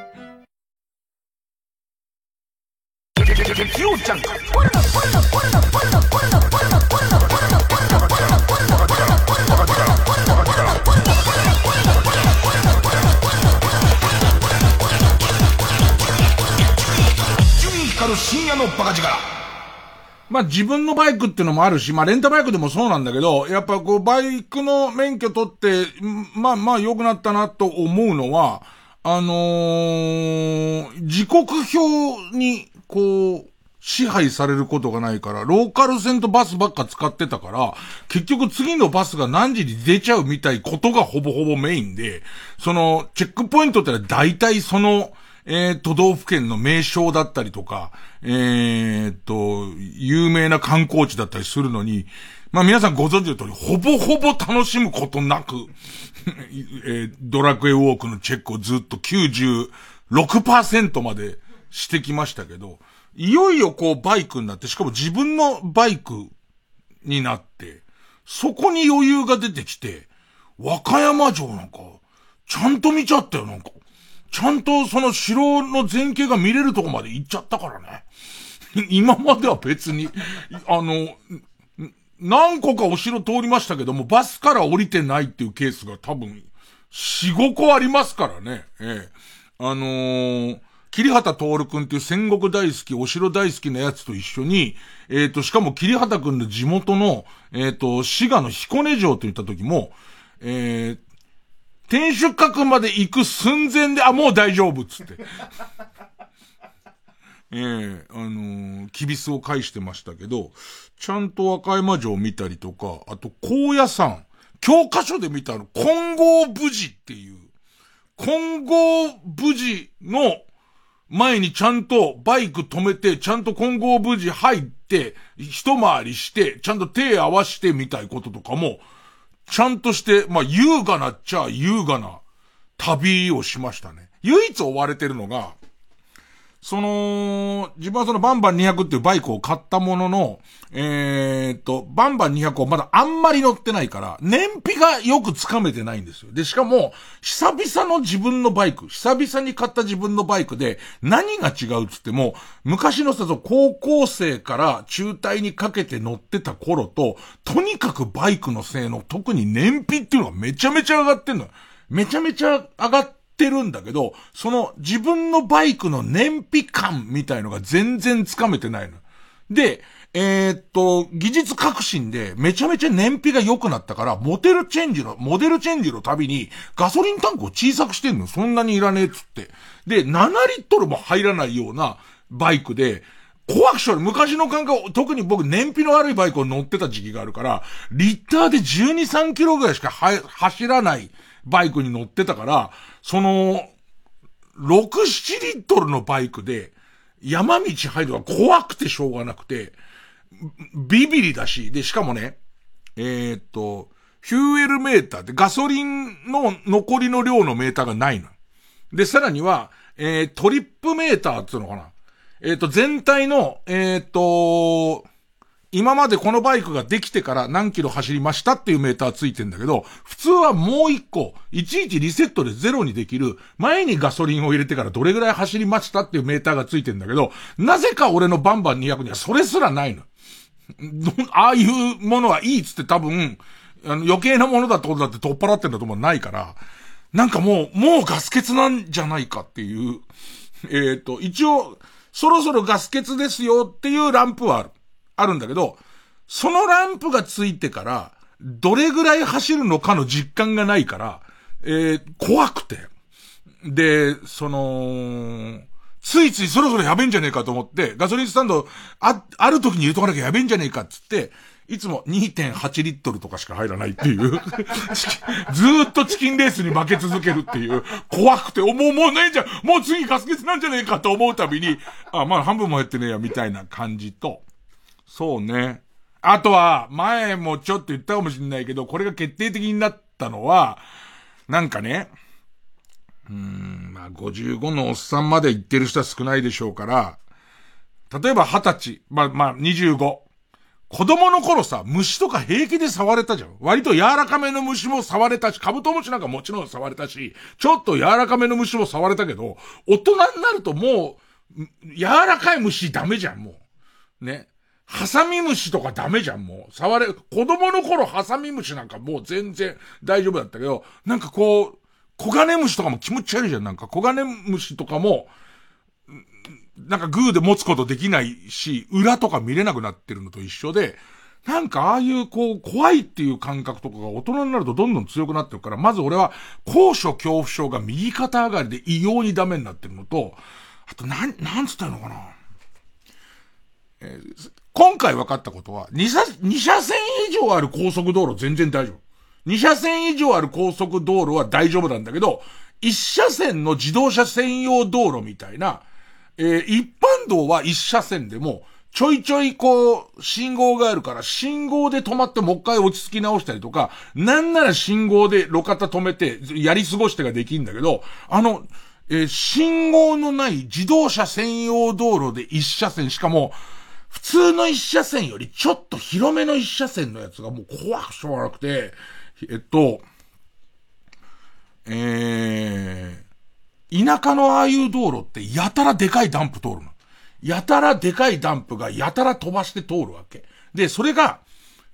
深夜のバカ力。まあ、自分のバイクっていうのもあるし、まあ、レンタバイクでもそうなんだけど、やっぱこう、バイクの免許取って、まあ良くなったなと思うのは、時刻表に、こう、支配されることがないから、ローカル線とバスばっか使ってたから、結局次のバスが何時に出ちゃうみたいことがほぼほぼメインで、その、チェックポイントってのは大体その、都道府県の名称だったりとか、有名な観光地だったりするのに、まあ皆さんご存知の通り、ほぼほぼ楽しむことなく、ドラクエウォークのチェックをずっと 96% までしてきましたけど、いよいよこうバイクになって、しかも自分のバイクになって、そこに余裕が出てきて、和歌山城なんか、ちゃんと見ちゃったよ、なんか。ちゃんとその城の全景が見れるとこまで行っちゃったからね。今までは別に、何個かお城通りましたけども、バスから降りてないっていうケースが多分、4、5個ありますからね。桐畑徹くんっていう戦国大好き、お城大好きなやつと一緒に、しかも桐畑くんの地元の、滋賀の彦根城といった時も、天守閣まで行く寸前で、もう大丈夫っつって。キビスを返してましたけど、ちゃんと和歌山城を見たりとか、あと高野山、教科書で見た金剛武士っていう、金剛武士の前にちゃんとバイク止めて、ちゃんと金剛武士入って、一回りして、ちゃんと手合わせてみたいこととかも、ちゃんとして、まあ、優雅なっちゃ優雅な旅をしましたね。唯一追われてるのが、自分はそのバンバン200っていうバイクを買ったものの、バンバン200をまだあんまり乗ってないから、燃費がよくつかめてないんですよ。で、しかも、久々の自分のバイク、久々に買った自分のバイクで、何が違うっつっても、昔のさ、高校生から中退にかけて乗ってた頃と、とにかくバイクの性能、特に燃費っていうのがめちゃめちゃ上がってんのよ。めちゃめちゃ上がってるんだけど、その自分のバイクの燃費感みたいのが全然つかめてないの。で、技術革新でめちゃめちゃ燃費が良くなったから、モデルチェンジのたびにガソリンタンクを小さくしてんの。そんなにいらねえっつって。で、7リットルも入らないようなバイクで、コアクション、昔の感覚、特に僕燃費の悪いバイクを乗ってた時期があるから、リッターで12、3キロぐらいしか走らないバイクに乗ってたから、6、7リットルのバイクで、山道入るのが怖くてしょうがなくて、ビビリだし、で、しかもね、 フューエルメーターってガソリンの残りの量のメーターがないの。で、さらには、トリップメーターっていうのかな。全体の、今までこのバイクができてから何キロ走りましたっていうメーターついてんだけど、普通はもう一個、いちいちリセットでゼロにできる、前にガソリンを入れてからどれぐらい走りましたっていうメーターがついてんだけど、なぜか俺のバンバン200にはそれすらないの。ああいうものはいいっつって多分、余計なものだってことだって取っ払ってんだと思うないから、なんかもうガス欠なんじゃないかっていう、一応、そろそろガス欠ですよっていうランプはあるんだけど、そのランプがついてから、どれぐらい走るのかの実感がないから、怖くて。で、ついついそろそろやべえんじゃねえかと思って、ガソリンスタンド、ある時に入れとかなきゃやべえんじゃねえかっつって、いつも 2.8 リットルとかしか入らないっていう。ずーっとチキンレースに負け続けるっていう。怖くて、もうねえじゃん。もう次ガス欠なんじゃねえかと思うたびに、まあ半分も減ってねえや、みたいな感じと。そうね。あとは、前もちょっと言ったかもしれないけど、これが決定的になったのは、なんかね、まあ55のおっさんまで行ってる人は少ないでしょうから、例えば20歳、まあ25。子供の頃さ、虫とか平気で触れたじゃん。割と柔らかめの虫も触れたし、カブトムシなんかもちろん触れたし、ちょっと柔らかめの虫も触れたけど、大人になるともう、柔らかい虫ダメじゃん、もう。ね。ハサミムシとかダメじゃん、もう。子供の頃ハサミムシなんかもう全然大丈夫だったけど、なんかこう、コガネムシとかも気持ち悪いじゃん、なんかコガネムシとかも、なんかグーで持つことできないし、裏とか見れなくなってるのと一緒で、なんかああいうこう、怖いっていう感覚とかが大人になるとどんどん強くなってるから、まず俺は高所恐怖症が右肩上がりで異様にダメになってるのと、あとなんつったのかな。今回分かったことは、2車線以上ある高速道路全然大丈夫。2車線以上ある高速道路は大丈夫なんだけど、1車線の自動車専用道路みたいな、一般道は1車線でも、ちょいちょいこう、信号があるから、信号で止まってもう一回落ち着き直したりとか、なんなら信号で路肩止めて、やり過ごしてができるんだけど、信号のない自動車専用道路で1車線、しかも、普通の1車線よりちょっと広めの1車線のやつがもう怖くしょうがなくて、田舎のああいう道路ってやたらでかいダンプ通るの。やたらでかいダンプがやたら飛ばして通るわけ。で、それが、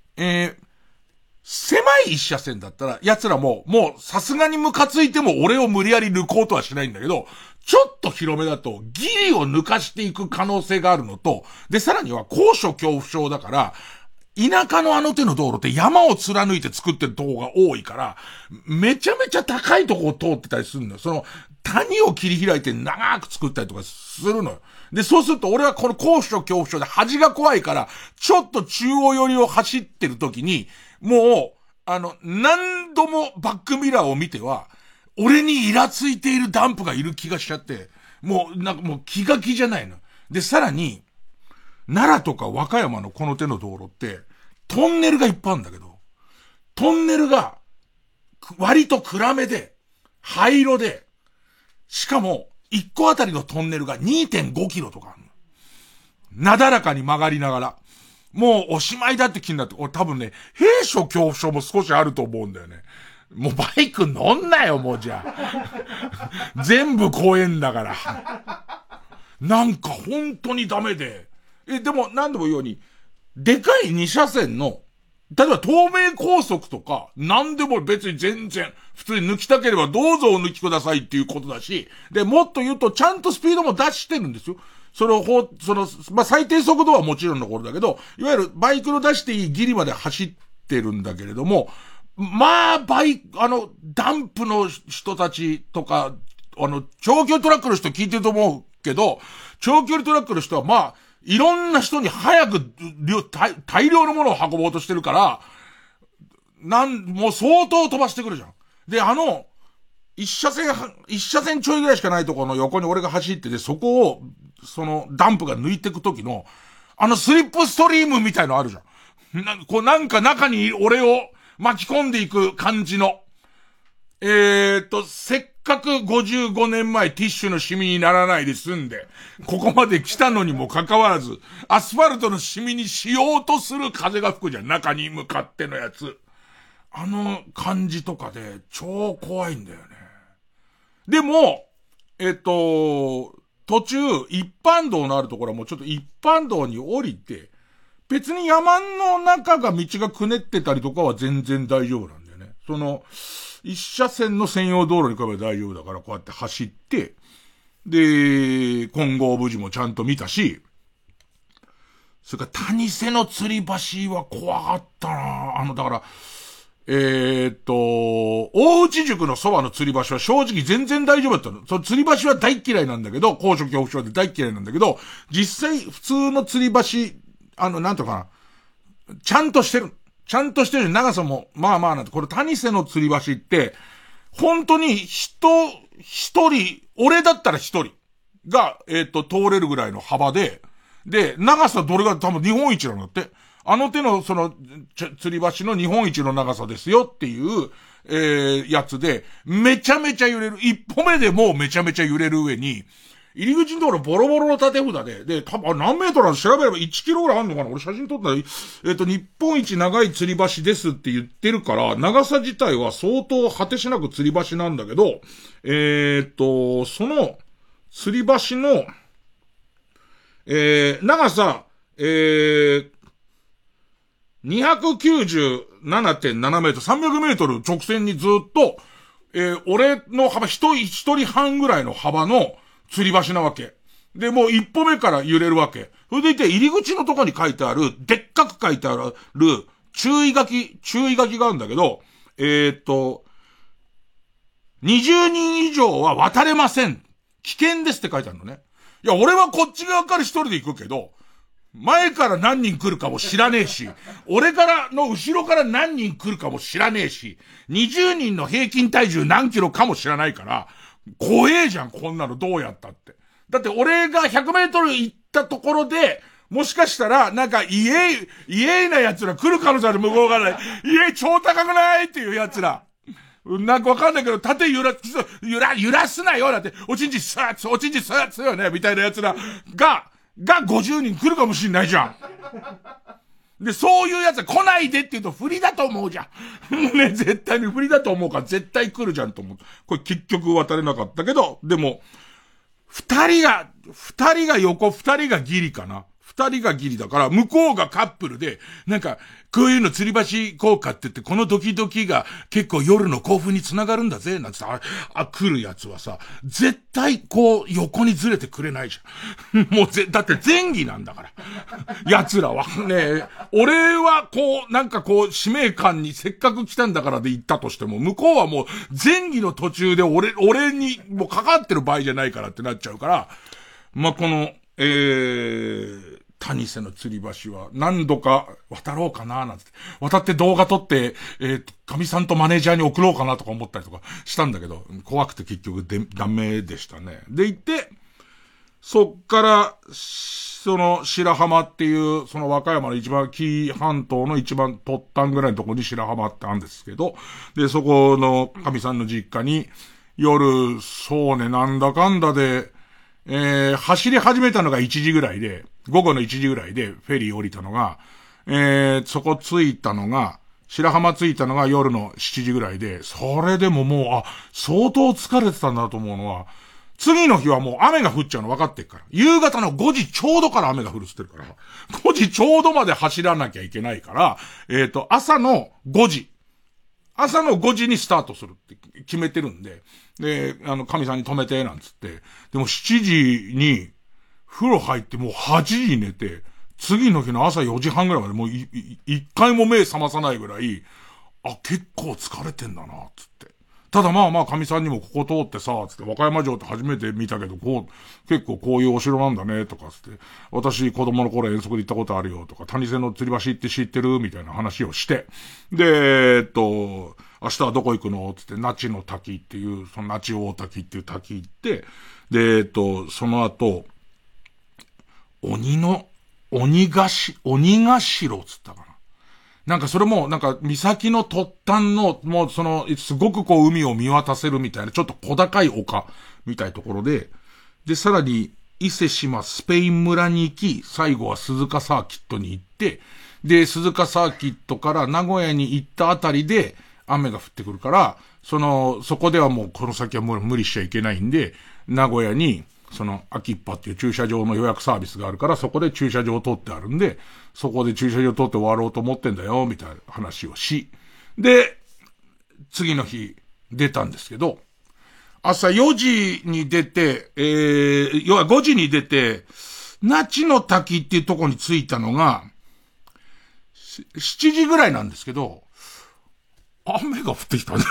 狭い一車線だったら、奴らもうさすがにムカついても俺を無理やり抜こうとはしないんだけど、ちょっと広めだとギリを抜かしていく可能性があるのと、で、さらには高所恐怖症だから、田舎のあの手の道路って山を貫いて作ってるとこが多いから、めちゃめちゃ高いとこを通ってたりするのよ。その、谷を切り開いて長く作ったりとかするのよ。で、そうすると俺はこの高所恐怖症で端が怖いから、ちょっと中央寄りを走ってる時に、もう、何度もバックミラーを見ては、俺にイラついているダンプがいる気がしちゃって、もう気が気じゃないの。で、さらに、奈良とか和歌山のこの手の道路って、トンネルがいっぱいあるんだけど、トンネルが、割と暗めで、灰色で、しかも、1個あたりのトンネルが 2.5 キロとかあるの。なだらかに曲がりながら。もうおしまいだって気になって、俺多分ね、兵所恐怖症も少しあると思うんだよね。もうバイク乗んなよ、もうじゃあ。全部怖えんだから。なんか本当にダメで。でも何度も言うように、でかい2車線の、例えば東名高速とか、何でも別に全然、普通に抜きたければどうぞお抜きくださいっていうことだし、で、もっと言うとちゃんとスピードも出してるんですよ。最低速度はもちろんのことだけど、いわゆるバイクの出していいギリまで走ってるんだけれども、まあ、ダンプの人たちとか、長距離トラックの人聞いてると思うけど、長距離トラックの人はまあ、いろんな人に早く大量のものを運ぼうとしてるから、もう相当飛ばしてくるじゃん。で、一車線ちょいぐらいしかないところの横に俺が走ってて、そこを、ダンプが抜いてくときの、スリップストリームみたいのあるじゃん。なんか中に俺を巻き込んでいく感じの。せっかく55年前ティッシュのシミにならないで済んで、ここまで来たのにもかかわらず、アスファルトのシミにしようとする風が吹くじゃん。中に向かってのやつ。あの感じとかで超怖いんだよね。でも、途中、一般道のあるところはもうちょっと一般道に降りて、別に山の中が道がくねってたりとかは全然大丈夫なんだよね。一車線の専用道路に比べば大丈夫だからこうやって走って、で、金剛無事もちゃんと見たし、それから谷瀬の吊り橋は怖かったな。だから、大内塾のそばの吊り橋は正直全然大丈夫だったの。その吊り橋は大嫌いなんだけど、高所恐怖症で大嫌いなんだけど、実際普通の吊り橋、なんとかな、ちゃんとしてる。ちゃんとしてるし、長さも、まあまあなんて、これ谷瀬の吊り橋って、本当に一人、俺だったら一人が、通れるぐらいの幅で、で、長さどれが多分日本一なんだって。あの手の吊り橋の日本一の長さですよっていう、やつで、めちゃめちゃ揺れる。一歩目でもうめちゃめちゃ揺れる上に、入り口のところボロボロの縦札で、多分何メートルなんて調べれば1キロぐらいあるのかな。俺写真撮ったら、日本一長い吊り橋ですって言ってるから、長さ自体は相当果てしなく吊り橋なんだけど、その吊り橋の、長さ、297.7 メートル、300メートル直線にずっと、俺の幅一人半ぐらいの幅の吊り橋なわけ。で、もう一歩目から揺れるわけ。それでいて入り口のとこに書いてある、でっかく書いてある、注意書きがあるんだけど、20人以上は渡れません。危険ですって書いてあるのね。いや、俺はこっち側から一人で行くけど、前から何人来るかも知らねえし、俺からの後ろから何人来るかも知らねえし、20人の平均体重何キロかも知らないから、怖えじゃん、こんなのどうやったって。だって俺が100メートル行ったところで、もしかしたら、なんか、イエーな奴ら来る可能性ある、向こう側で。超高くないっていう奴ら。なんかわかんないけど、縦揺らすなよ、だって、おちんちスーッよね、みたいな奴らが50人来るかもしんないじゃん。で、そういうやつは来ないでって言うと不利だと思うじゃん。ね、絶対に不利だと思うから絶対来るじゃんと思う。これ結局渡れなかったけど、でも、二人が横、二人がギリかな。二人がギリだから、向こうがカップルで、なんか、こういうの吊り橋効果って言って、このドキドキが結構夜の興奮につながるんだぜ、なんてさ、来るやつはさ、絶対こう、横にずれてくれないじゃん。もうだって前儀なんだから。奴らは。ね俺はこう、なんかこう、使命感にせっかく来たんだからで行ったとしても、向こうはもう、前儀の途中で俺にもうかかってる場合じゃないからってなっちゃうから、まあ、この、谷瀬の吊り橋は何度か渡ろうかななんて。渡って動画撮って、神さんとマネージャーに送ろうかなとか思ったりとかしたんだけど、怖くて結局ダメでしたね。で行って、そっから、その白浜っていう、その和歌山の一番紀伊半島の一番突端ぐらいのところに白浜ってあるんですけど、で、そこの神さんの実家に、夜、そうね、なんだかんだで、走り始めたのが1時ぐらいで、午後の1時ぐらいでフェリー降りたのが、そこ着いたのが、白浜着いたのが夜の7時ぐらいで、それでももう、相当疲れてたんだと思うのは、次の日はもう雨が降っちゃうの分かってっから。夕方の5時ちょうどから雨が降るって言ってるから、5時ちょうどまで走らなきゃいけないから、朝の5時にスタートするって決めてるんで、で、神さんに止めて、なんつって。でも7時に、風呂入ってもう8時に寝て、次の日の朝4時半ぐらいまでもう一回も目覚まさないぐらい、結構疲れてんだな、つって。ただまあ神さんにもここ通ってさ、つって、和歌山城って初めて見たけど、結構こういうお城なんだね、とかつって、私子供の頃遠足で行ったことあるよ、とか、谷瀬の吊り橋って知ってるみたいな話をして、で、明日はどこ行くのつって、那智の滝っていう、その那智大滝っていう滝行って、で、その後、鬼ヶ城つったかな。 なんかそれも、なんか岬の突端の、もうすごくこう海を見渡せるみたいな、ちょっと小高い丘みたいなところで、で、さらに、伊勢志摩スペイン村に行き、最後は鈴鹿サーキットに行って、で、鈴鹿サーキットから名古屋に行ったあたりで雨が降ってくるから、そこではもうこの先はもう無理しちゃいけないんで、名古屋に、秋っぱっていう駐車場の予約サービスがあるから、そこで駐車場を取ってあるんで、そこで駐車場取って終わろうと思ってんだよ、みたいな話をし。で、次の日、出たんですけど、朝4時に出て、要は5時に出て、那智の滝っていうところに着いたのが、7時ぐらいなんですけど、雨が降ってきたんだ。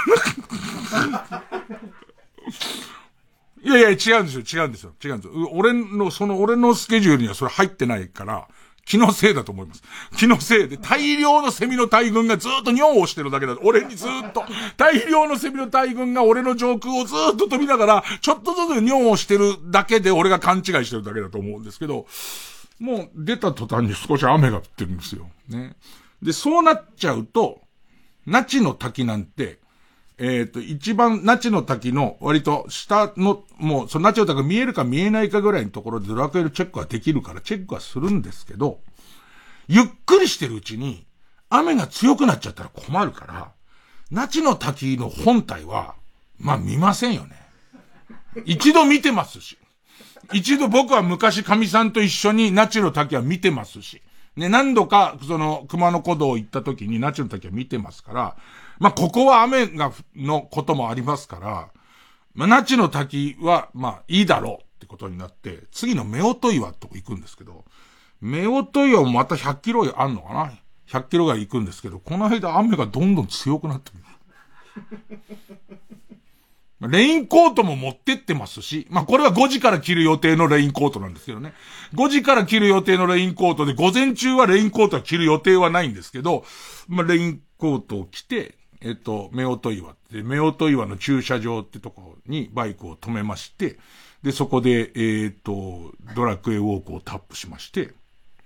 いやいや、違うんですよ。俺のスケジュールにはそれ入ってないから、気のせいだと思います。気のせいで、大量のセミの大群がずっと尿をしてるだけだ。俺にずっと、大量のセミの大群が俺の上空をずっと飛びながら、ちょっとずつ尿をしてるだけで俺が勘違いしてるだけだと思うんですけど、もう出た途端に少し雨が降ってるんですよ。ね。で、そうなっちゃうと、那智の滝なんて、一番那智の滝の割と下の、もう那智の滝が見えるか見えないかぐらいのところでドラクエのチェックはできるからチェックはするんですけど、ゆっくりしてるうちに雨が強くなっちゃったら困るから、那智の滝の本体は、まあ見ませんよね。一度見てますし。一度僕は昔神さんと一緒に那智の滝は見てますし。ね、何度か熊野古道行った時に那智の滝は見てますから、まあ、ここは雨のこともありますから、まあ、那智の滝は、まあ、いいだろうってことになって、次の夫婦岩とこ行くんですけど、夫婦岩もまた100キロあんのかな ?100 キロぐらい行くんですけど、この間雨がどんどん強くなってる。レインコートも持ってってますし、まあ、これは5時から着る予定のレインコートなんですけどね。5時から着る予定のレインコートで、午前中はレインコートは着る予定はないんですけど、まあ、レインコートを着て、夫婦岩って、夫婦岩の駐車場ってところにバイクを止めまして、で、そこで、ドラクエウォークをタップしまして、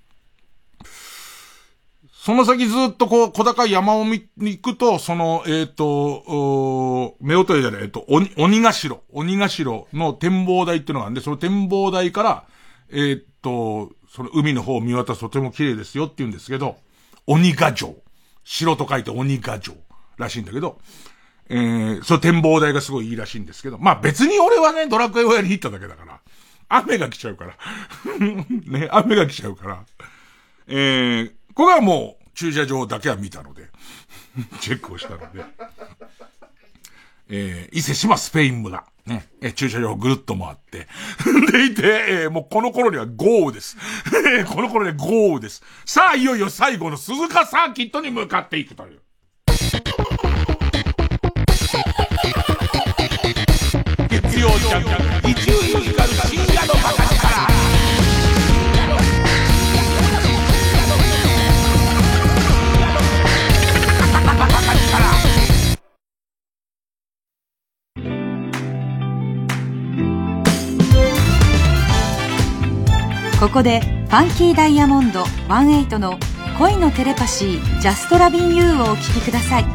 その先ずっとこう、小高い山を見に行くと、夫婦岩じゃない、鬼ヶ城の展望台っていうのがあるんで、その展望台から、その海の方を見渡すととても綺麗ですよって言うんですけど、鬼ヶ城。城と書いて鬼ヶ城らしいんだけど、その展望台がすごいいいらしいんですけど、まあ別に俺はね、ドラクエをやりに行っただけだから、雨が来ちゃうから。ね、雨が来ちゃうから。これはもう駐車場だけは見たので、チェックをしたので、伊勢志摩スペイン村。ね、駐車場をぐるっと回って。でいて、もうこの頃には豪雨です。この頃には豪雨です。さあ、いよいよ最後の鈴鹿サーキットに向かっていくという。月曜ジャンク、一流ミュージカル深夜のバカ力。 ここでファンキーダイヤモンド18の恋のテレパシージャストラビンユーをお聴きください。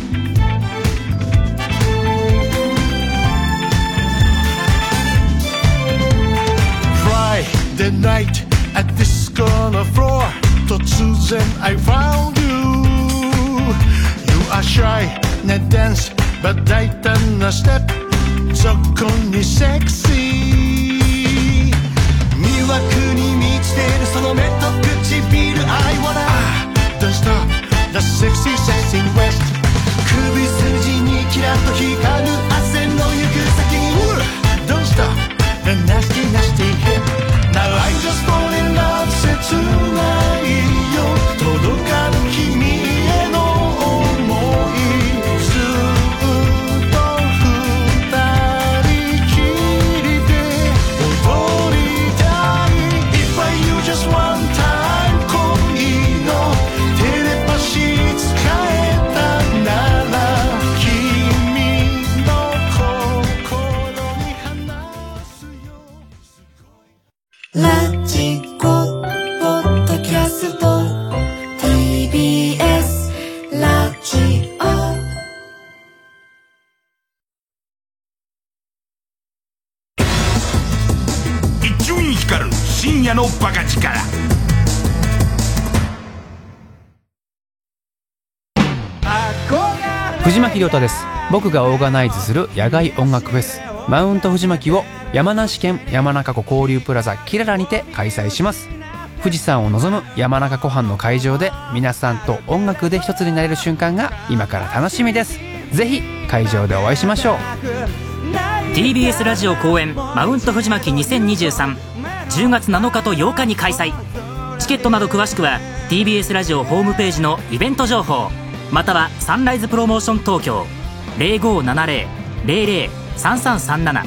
Friday night at this corner floor 突然 I found you You are shy な dance but 大胆なステップそこにセクシー魅惑に満ちてるその目と唇 I wanna Don't stop the sexy sexy west 首筋にキラッと光る汗の行く先に Don't stop the nasty nasty hit Now I just fall in love 切ないよ届かぬ君への想いずっと二人きりで踊りたい If I you just one time 恋のテレパシー使えたなら君の心に話すよラジコポッドキャスト TBS 夜のバカ力。 藤巻亮太です。僕がオーガナイズする野外音楽フェスマウント藤巻を山梨県山中湖交流プラザキララにて開催します。富士山を望む山中湖畔の会場で皆さんと音楽で一つになれる瞬間が今から楽しみです。ぜひ会場でお会いしましょう。 TBS ラジオ公演マウント藤巻2023 10月7日と8日に開催。チケットなど詳しくは TBS ラジオホームページのイベント情報またはサンライズプロモーション東京 0570-003337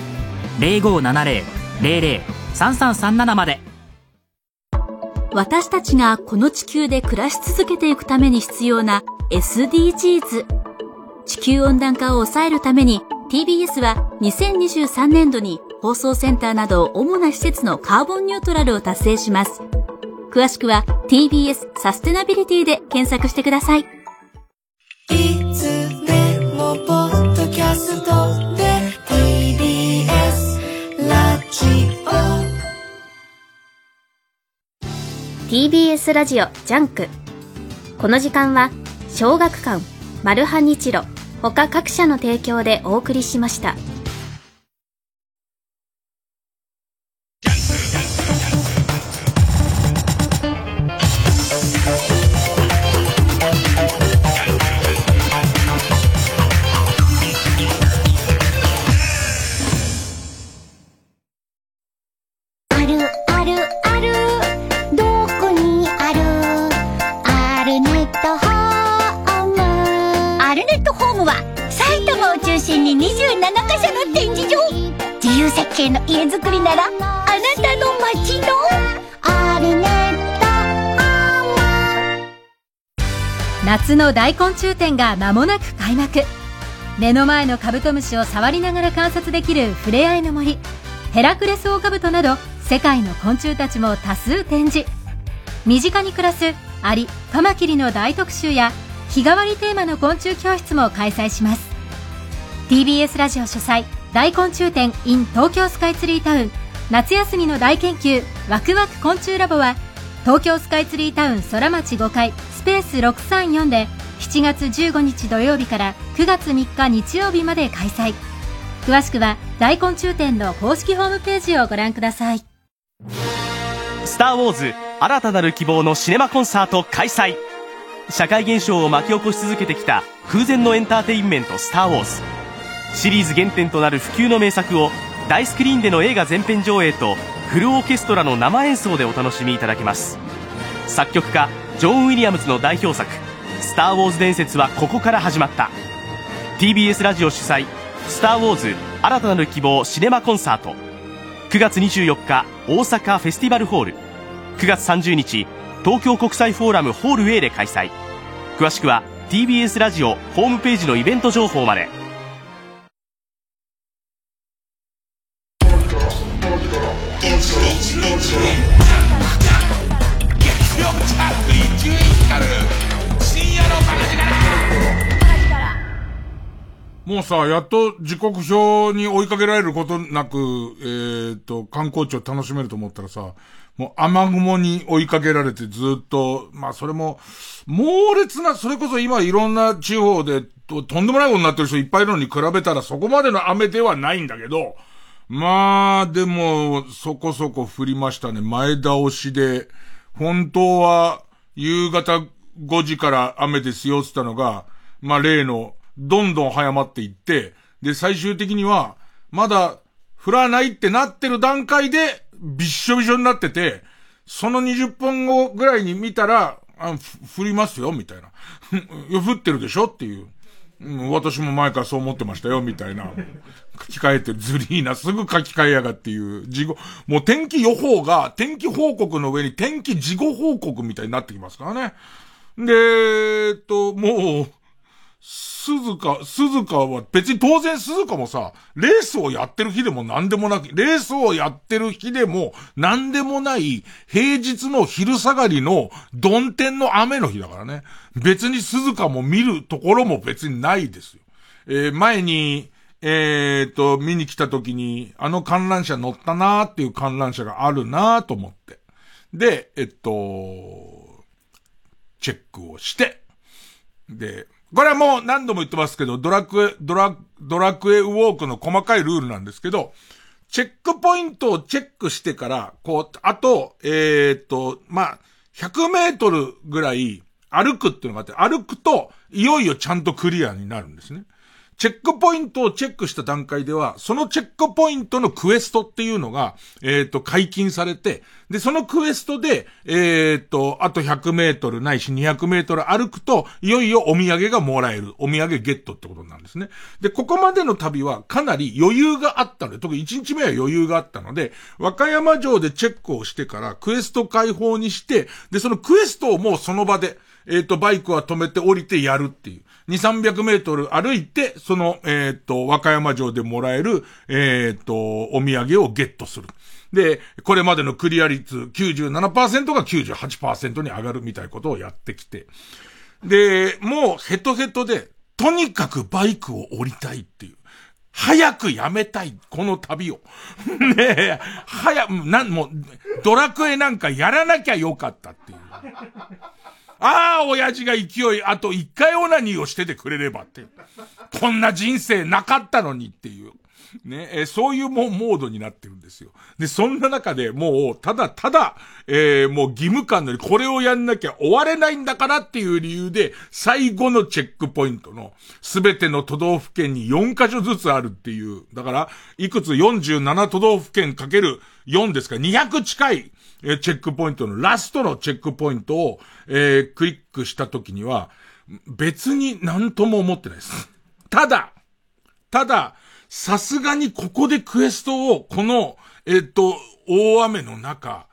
0570-003337 まで。 私たちがこの地球で暮らし続けていくために必要な SDGs。地球温暖化を抑えるために TBS は2023年度に放送センターなど主な施設のカーボンニュートラルを達成します。詳しくは TBS サステナビリティで検索してください。 いつでもポッドキャストで TBS ラジオ TBS ラジオジャンク。この時間は小学館、マルハニチロ他各社の提供でお送りしました。 の家づくりならあなたの街のアルネット。 夏の大昆虫展が間もなく開幕。目の前のカブトムシを触りながら観察できるふれあいの森、ヘラクレスオオカブトなど世界の昆虫たちも多数展示。身近に暮らすアリ、カマキリの大特集や日替わりテーマの昆虫教室も開催します。 TBS ラジオ主催大昆虫展 in 東京スカイツリータウン夏休みの大研究ワクワク昆虫ラボは東京スカイツリータウン空町5階スペース634で7月15日土曜日から9月3日日曜日まで開催。詳しくは大昆虫展の公式ホームページをご覧ください。 スターウォーズ新たなる希望のシネマコンサート開催。社会現象を巻き起こし続けてきた空前のエンターテインメントスターウォーズシリーズ原点となる不朽の名作を大スクリーンでの映画全編上映とフルオーケストラの生演奏でお楽しみいただけます。作曲家ジョン・ウィリアムズの代表作スター・ウォーズ伝説はここから始まった。 TBS ラジオ主催スター・ウォーズ新たなる希望シネマコンサート9月24日大阪フェスティバルホール、9月30日東京国際フォーラムホール A で開催。詳しくは TBS ラジオホームページのイベント情報まで。 もうさ、やっと時刻表に追いかけられることなく、観光地を楽しめると思ったらさ、もう雨雲に追いかけられてずっと、まあそれも、猛烈な、それこそ今いろんな地方でとんでもないことになってる人いっぱいいるのに比べたらそこまでの雨ではないんだけど、まあでもそこそこ降りましたね。前倒しで、本当は夕方5時から雨ですよって言ったのが、まあ例の、どんどん早まっていって、で、最終的には、まだ、降らないってなってる段階で、びっしょびしょになってて、その20分後ぐらいに見たら、降りますよ、みたいな。いや、降ってるでしょっていう。私も前からそう思ってましたよ、みたいな。書き換えてるずりーな、すぐ書き換えやがっていう、もう天気予報が、天気報告の上に天気事後報告みたいになってきますからね。で、もう、鈴鹿は別に当然鈴鹿もさ、レースをやってる日でも何でもなく、レースをやってる日でも何でもない平日の昼下がりの曇天の雨の日だからね。別に鈴鹿も見るところも別にないですよ。前に、見に来た時にあの観覧車乗ったなーっていう観覧車があるなーと思って。 で、チェックをして、で、これはもう何度も言ってますけど、ドラクエウォークの細かいルールなんですけど、チェックポイントをチェックしてから、あと、100メートルぐらい歩くっていうのがあって、歩くと、いよいよちゃんとクリアになるんですね。チェックポイントをチェックした段階では、そのチェックポイントのクエストっていうのが、解禁されて、で、そのクエストで、あと100メートルないし200メートル歩くと、いよいよお土産がもらえる。お土産ゲットってことなんですね。で、ここまでの旅はかなり余裕があったので、特に1日目は余裕があったので、和歌山城でチェックをしてからクエスト開放にして、で、そのクエストをもうその場で、バイクは止めて降りてやるっていう。2、300メートル歩いて、その、和歌山城でもらえる、お土産をゲットする。で、これまでのクリア率 97% が 98% に上がるみたいなことをやってきて。で、もうヘトヘトで、とにかくバイクを降りたいっていう。早くやめたい、この旅を。ねえ、もう、ドラクエなんかやらなきゃよかったっていう。ああ、親父が勢い、あと一回オナニーをしててくれればって。こんな人生なかったのにっていう。ね、そういうもうモードになってるんですよ。で、そんな中でもう、ただ、もう義務感のようにこれをやんなきゃ終われないんだからっていう理由で、最後のチェックポイントの、すべての都道府県に4カ所ずつあるっていう。だから、いくつ47都道府県かける4ですから200近い、チェックポイントのラストのチェックポイントを、クリックした時には、別に何とも思ってないです。ただ、さすがにここでクエストを、この、大雨の中、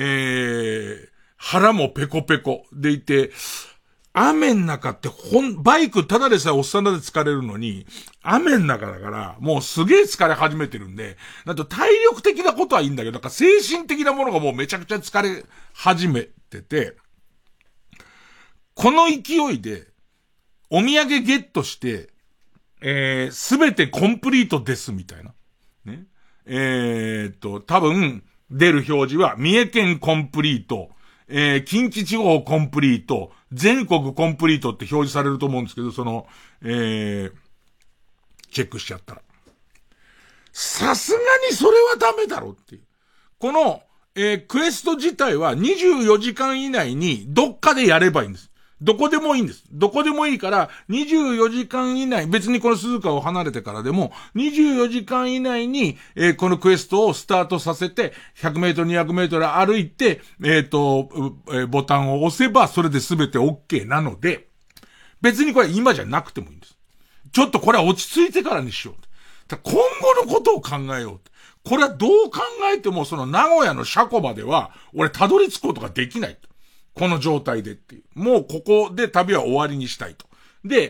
腹もペコペコでいて、雨の中ってバイクただでさえおっさんだで疲れるのに、雨の中だから、もうすげえ疲れ始めてるんで、なんと体力的なことはいいんだけど、なんか精神的なものがもうめちゃくちゃ疲れ始めてて、この勢いで、お土産ゲットして、すべてコンプリートですみたいな。ね。多分、出る表示は、三重県コンプリート、近畿地方コンプリート、全国コンプリートって表示されると思うんですけど、その、チェックしちゃったら。さすがにそれはダメだろっていう。この、クエスト自体は24時間以内にどっかでやればいいんです。どこでもいいんです。どこでもいいから、24時間以内、別にこの鈴鹿を離れてからでも、24時間以内に、このクエストをスタートさせて、100メートル、200メートル歩いて、ボタンを押せば、それで全て OK なので、別にこれ今じゃなくてもいいんです。ちょっとこれは落ち着いてからにしよう。今後のことを考えよう。これはどう考えても、その名古屋の車庫までは、俺たどり着くことができない。この状態でっていう。もうここで旅は終わりにしたいと。で、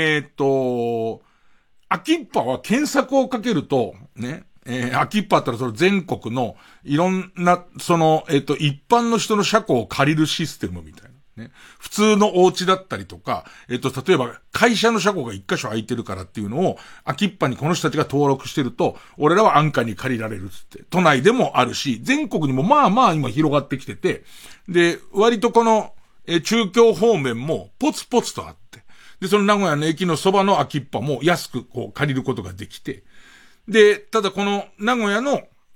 秋っぱは検索をかけると、ね、秋っぱったらその全国のいろんな、その、一般の人の車庫を借りるシステムみたいな。ね、普通のお家だったりとか、例えば会社の車庫が一箇所空いてるからっていうのを、秋っぱにこの人たちが登録してると、俺らは安価に借りられるっつって。都内でもあるし、全国にもまあまあ今広がってきてて、で、割とこの、中京方面もポツポツとあって、で、その名古屋の駅のそばの秋っぱも安くこう借りることができて、で、ただこの名古屋の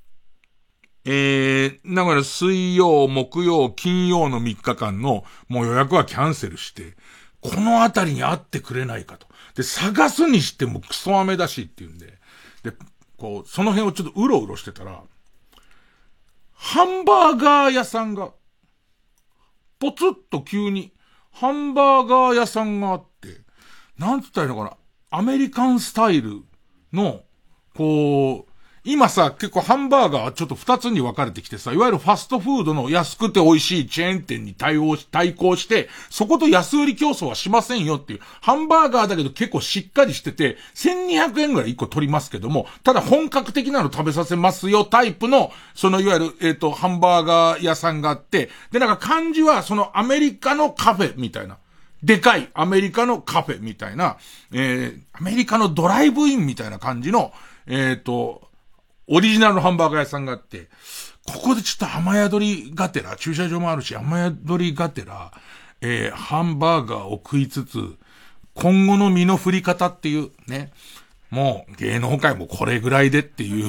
名古屋水曜、木曜、金曜の3日間のもう予約はキャンセルして、このあたりに会ってくれないかと。で、探すにしてもクソ雨だしっていうんで、で、こう、その辺をちょっとうろうろしてたら、ハンバーガー屋さんが、ポツッと急に、ハンバーガー屋さんがあって、なんつったらいいのかな、アメリカンスタイルの、こう、今さ、結構ハンバーガーはちょっと二つに分かれてきてさ、いわゆるファストフードの安くて美味しいチェーン店に対抗して、そこと安売り競争はしませんよっていう、ハンバーガーだけど結構しっかりしてて、1200円ぐらい1個取りますけども、ただ本格的なの食べさせますよタイプの、そのいわゆる、ハンバーガー屋さんがあって、で、なんか漢字はそのアメリカのカフェみたいな。でかいアメリカのカフェみたいな、アメリカのドライブインみたいな感じの、 オリジナルのハンバーガー屋さんがあって、ここでちょっと雨宿りがてら、駐車場もあるし、雨宿りがてら、ハンバーガーを食いつつ、今後の身の振り方っていうね、もう芸能界もこれぐらいでっていう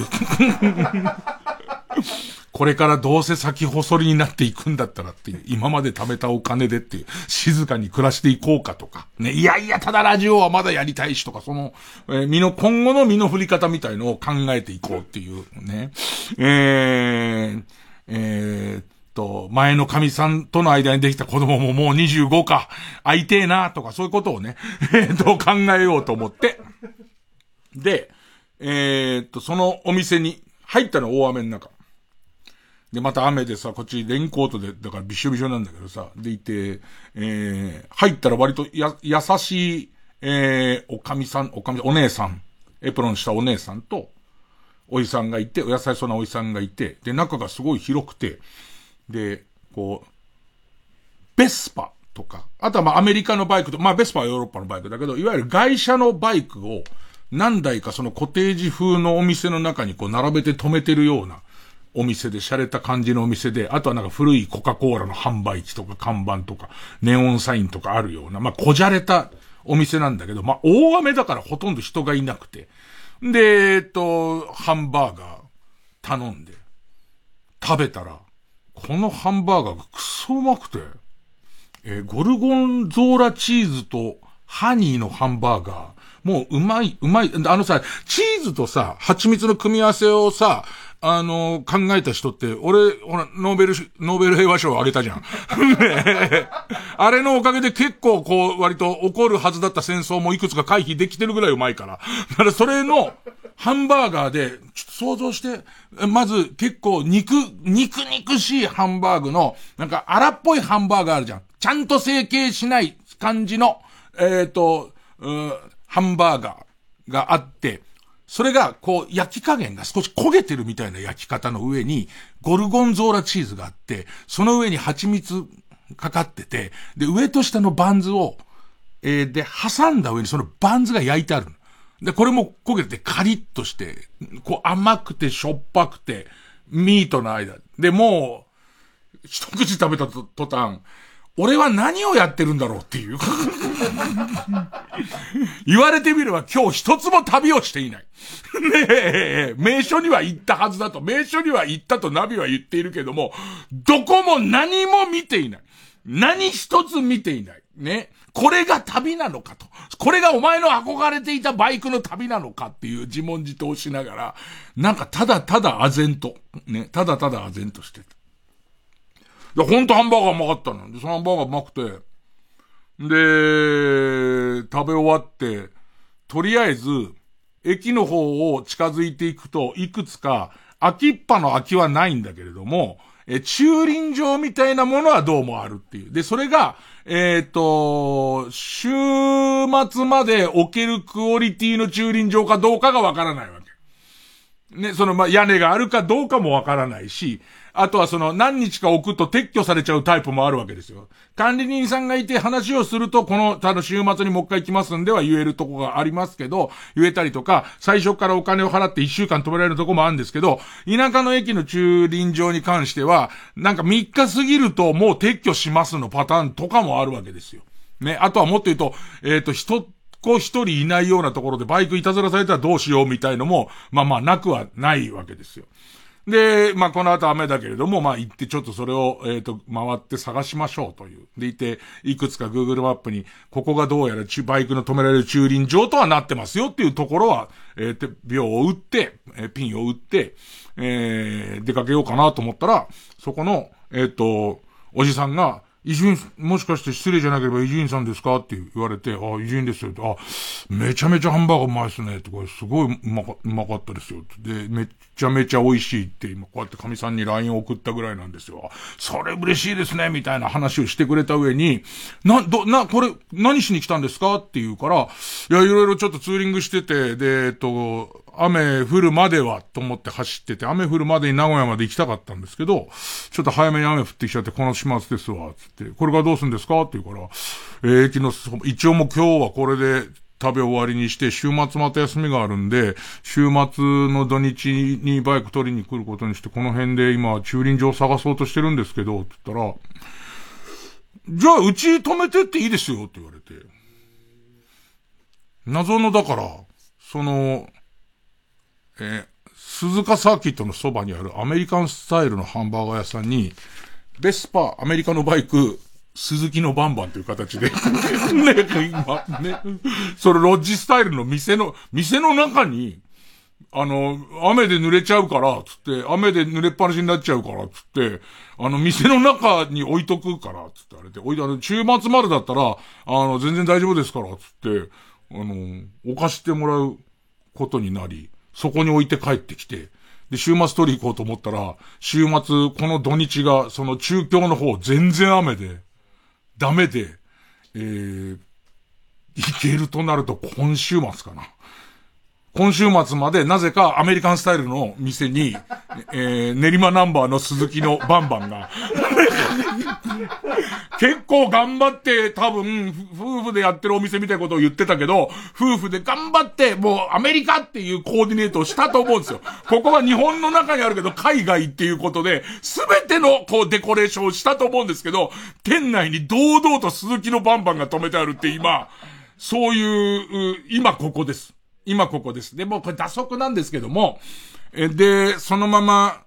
これからどうせ先細りになっていくんだったらっていう、今まで貯めたお金でっていう、静かに暮らしていこうかとかね、いやいやただラジオはまだやりたいしとか、その、今後の身の振り方みたいのを考えていこうっていうね、前の神さんとの間にできた子供ももう25か、会いてえなとかそういうことをね、考えようと思って。で、そのお店に入ったの大雨の中。で、また雨でさ、こっちレインコートで、だからびしょびしょなんだけどさ、でいて、入ったら割と優しい、お姉さん、エプロンしたお姉さんと、おじさんがいて、お優しそうなおじさんがいて、で、中がすごい広くて、で、こう、ベスパとか、あとはまあアメリカのバイクと、まあベスパはヨーロッパのバイクだけど、いわゆる外車のバイクを何台かそのコテージ風のお店の中にこう並べて止めてるようなお店で、洒落た感じのお店で、あとはなんか古いコカ・コーラの販売機とか看板とか、ネオンサインとかあるような、まあこじゃれたお店なんだけど、まあ大雨だからほとんど人がいなくて、で、ハンバーガー頼んで、食べたら、このハンバーガーがクソうまくて、ゴルゴンゾーラチーズとハニーのハンバーガー、もううまい。さ、チーズとさ、蜂蜜の組み合わせをさ、考えた人って、俺、ほら、ノーベル平和賞をあげたじゃん。あれのおかげで結構こう、割と起こるはずだった戦争もいくつか回避できてるぐらいうまいから。だからそれの、ハンバーガーで、ちょっと想像して、まず結構肉しいハンバーグの、なんか荒っぽいハンバーガーあるじゃん。ちゃんと成形しない感じの、ハンバーガーがあって、それが、こう、焼き加減が少し焦げてるみたいな焼き方の上に、ゴルゴンゾーラチーズがあって、その上に蜂蜜かかってて、で、上と下のバンズを、で、挟んだ上にそのバンズが焼いてあるの。で、これも焦げてカリッとして、こう甘くてしょっぱくて、ミートの間。で、もう、一口食べた途端、俺は何をやってるんだろうっていう。言われてみれば今日一つも旅をしていない。ねえ、名所には行ったはずだと、名所には行ったとナビは言っているけども、どこも何も見ていない。何一つ見ていない。ね。これが旅なのかと。これがお前の憧れていたバイクの旅なのかっていう自問自答しながら、なんかただただ唖然と、ね。ただただ唖然としてた。いや、ほんとハンバーガーうまかったの。で、そのハンバーガーうまくて。で、食べ終わって、とりあえず、駅の方を近づいていくと、いくつか、空きっぱの空きはないんだけれども、駐輪場みたいなものはどうもあるっていう。で、それが、週末まで置けるクオリティの駐輪場かどうかがわからないわけ。ね、屋根があるかどうかもわからないし、あとは何日か置くと撤去されちゃうタイプもあるわけですよ。管理人さんがいて話をすると、週末にもう一回来ますんでは言えるとこがありますけど、言えたりとか、最初からお金を払って1週間止められるとこもあるんですけど、田舎の駅の駐輪場に関しては、なんか3日過ぎるともう撤去しますのパターンとかもあるわけですよ。ね、あとはもっと言うと、一人いないようなところでバイクいたずらされたらどうしようみたいのも、なくはないわけですよ。で、この後雨だけれども、行ってちょっとそれを、回って探しましょうという。でいて、いくつか Google マップに、ここがどうやらバイクの止められる駐輪場とはなってますよっていうところは、秒を打って、ピンを打って、出かけようかなと思ったら、そこの、おじさんが、伊集院、もしかして失礼じゃなければ伊集院さんですかって言われて、伊集院ですよって、めちゃめちゃハンバーガーうまいですねって、これすごいうまかったですよって。で、めちゃめちゃ美味しいって今こうやって神さんに LINE を送ったぐらいなんですよ。それ嬉しいですねみたいな話をしてくれた上に、これ何しに来たんですかって言うから、いや、いろいろちょっとツーリングしてて、で、雨降るまではと思って走ってて、雨降るまでに名古屋まで行きたかったんですけど、ちょっと早めに雨降ってきちゃってこの始末ですわ、つって、これからどうするんですかって言うから、駅の、一応もう今日はこれで食べ終わりにして、週末また休みがあるんで、週末の土日にバイク取りに来ることにして、この辺で今、駐輪場探そうとしてるんですけど、って言ったら、じゃあ、うち止めてっていいですよ、って言われて。謎の、だから、鈴鹿サーキットのそばにあるアメリカンスタイルのハンバーガー屋さんに、ベスパ、アメリカのバイク、鈴木のバンバンという形で、ね、今、ね、それロッジスタイルの店の中に、雨で濡れちゃうから、つって、雨で濡れっぱなしになっちゃうから、つって、店の中に置いとくから、つってあれで、週末までだったら、全然大丈夫ですから、つって、置かしてもらうことになり、そこに置いて帰ってきて、で、週末取り行こうと思ったら、週末、この土日が、その中京の方、全然雨で、ダメで、行けるとなると今週末かな。今週末までなぜかアメリカンスタイルの店に、練馬ナンバーの鈴木のバンバンが、結構頑張って多分夫婦でやってるお店みたいなことを言ってたけど、夫婦で頑張ってもうアメリカっていうコーディネートをしたと思うんですよ。ここは日本の中にあるけど海外っていうことで、すべてのこうデコレーションをしたと思うんですけど、店内に堂々と鈴木のバンバンが止めてあるって今、そういう、今ここです。今ここです。で、もうこれ打足なんですけども、で、そのまま、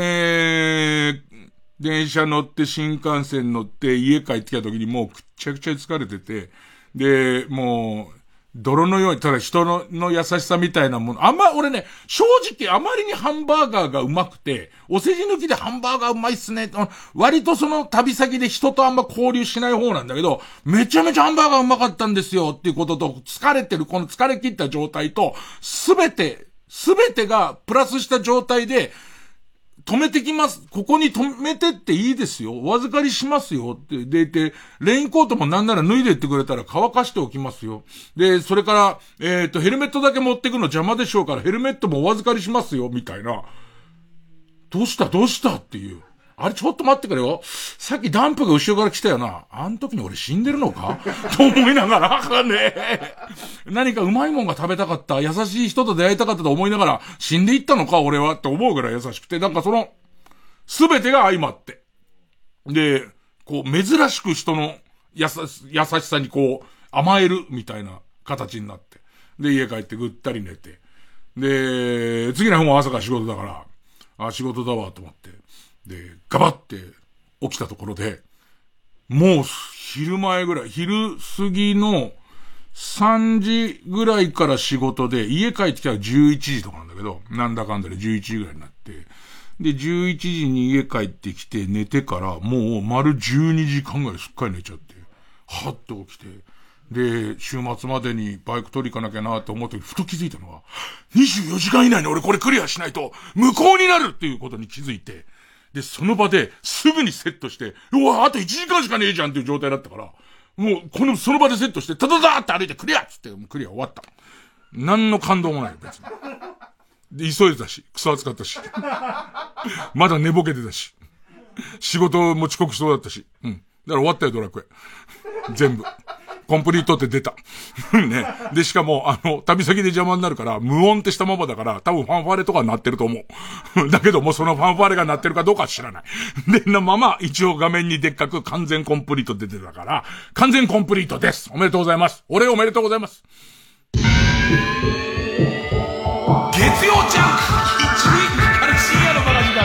電車乗って新幹線乗って家帰ってきた時にもうくっちゃくちゃ疲れてて、で、もう、泥のように、ただ人の優しさみたいなもの。俺ね、正直あまりにハンバーガーがうまくて、お世辞抜きでハンバーガーうまいっすね。割とその旅先で人とあんま交流しない方なんだけど、めちゃめちゃハンバーガーうまかったんですよっていうことと、疲れてる、この疲れ切った状態と、すべてがプラスした状態で、止めてきます。ここに止めてっていいですよ。お預かりしますよって。で、レインコートもなんなら脱いでってくれたら乾かしておきますよ。で、それから、ヘルメットだけ持ってくの邪魔でしょうから、ヘルメットもお預かりしますよ、みたいな。どうしたっていう。あれ、ちょっと待ってくれよ。さっきダンプが後ろから来たよな。あの時に俺死んでるのかと思いながら、ね。何かうまいもんが食べたかった。優しい人と出会いたかったと思いながら、死んでいったのか俺はって思うぐらい優しくて。なんかその、すべてが相まって。で、こう、珍しく人の優しさにこう、甘えるみたいな形になって。で、家帰ってぐったり寝て。で、次の日も朝から仕事だから、仕事だわと思って。で、ガバって起きたところで、もう昼前ぐらい、昼過ぎの3時ぐらいから仕事で、家帰ってきたら11時とかなんだけど、なんだかんだで11時ぐらいになって、で、11時に家帰ってきて寝てから、もう丸12時間ぐらいすっかり寝ちゃって、はって起きて、で、週末までにバイク取り行かなきゃなって思って、ふと気づいたのは、24時間以内に俺これクリアしないと無効になるっていうことに気づいて、で、その場ですぐにセットして、うわ、あと1時間しかねえじゃんっていう状態だったから、もう、その場でセットして、タタターって歩いてクリアっつって、クリア終わった。何の感動もないよ、別に。で、急いでたし、クソ暑かったし。まだ寝ぼけてたし。仕事も遅刻しそうだったし。だから終わったよ、ドラクエ。全部。コンプリートって出た。ね。で、しかも、旅先で邪魔になるから、無音ってしたままだから、多分ファンファーレとか鳴ってると思う。だけども、そのファンファーレが鳴ってるかどうかは知らない。で、のまま、一応画面にでっかく完全コンプリート出てたから、完全コンプリートです。おめでとうございます。おめでとうございます。月曜ジャンク1ウィークから深夜のバカ力から。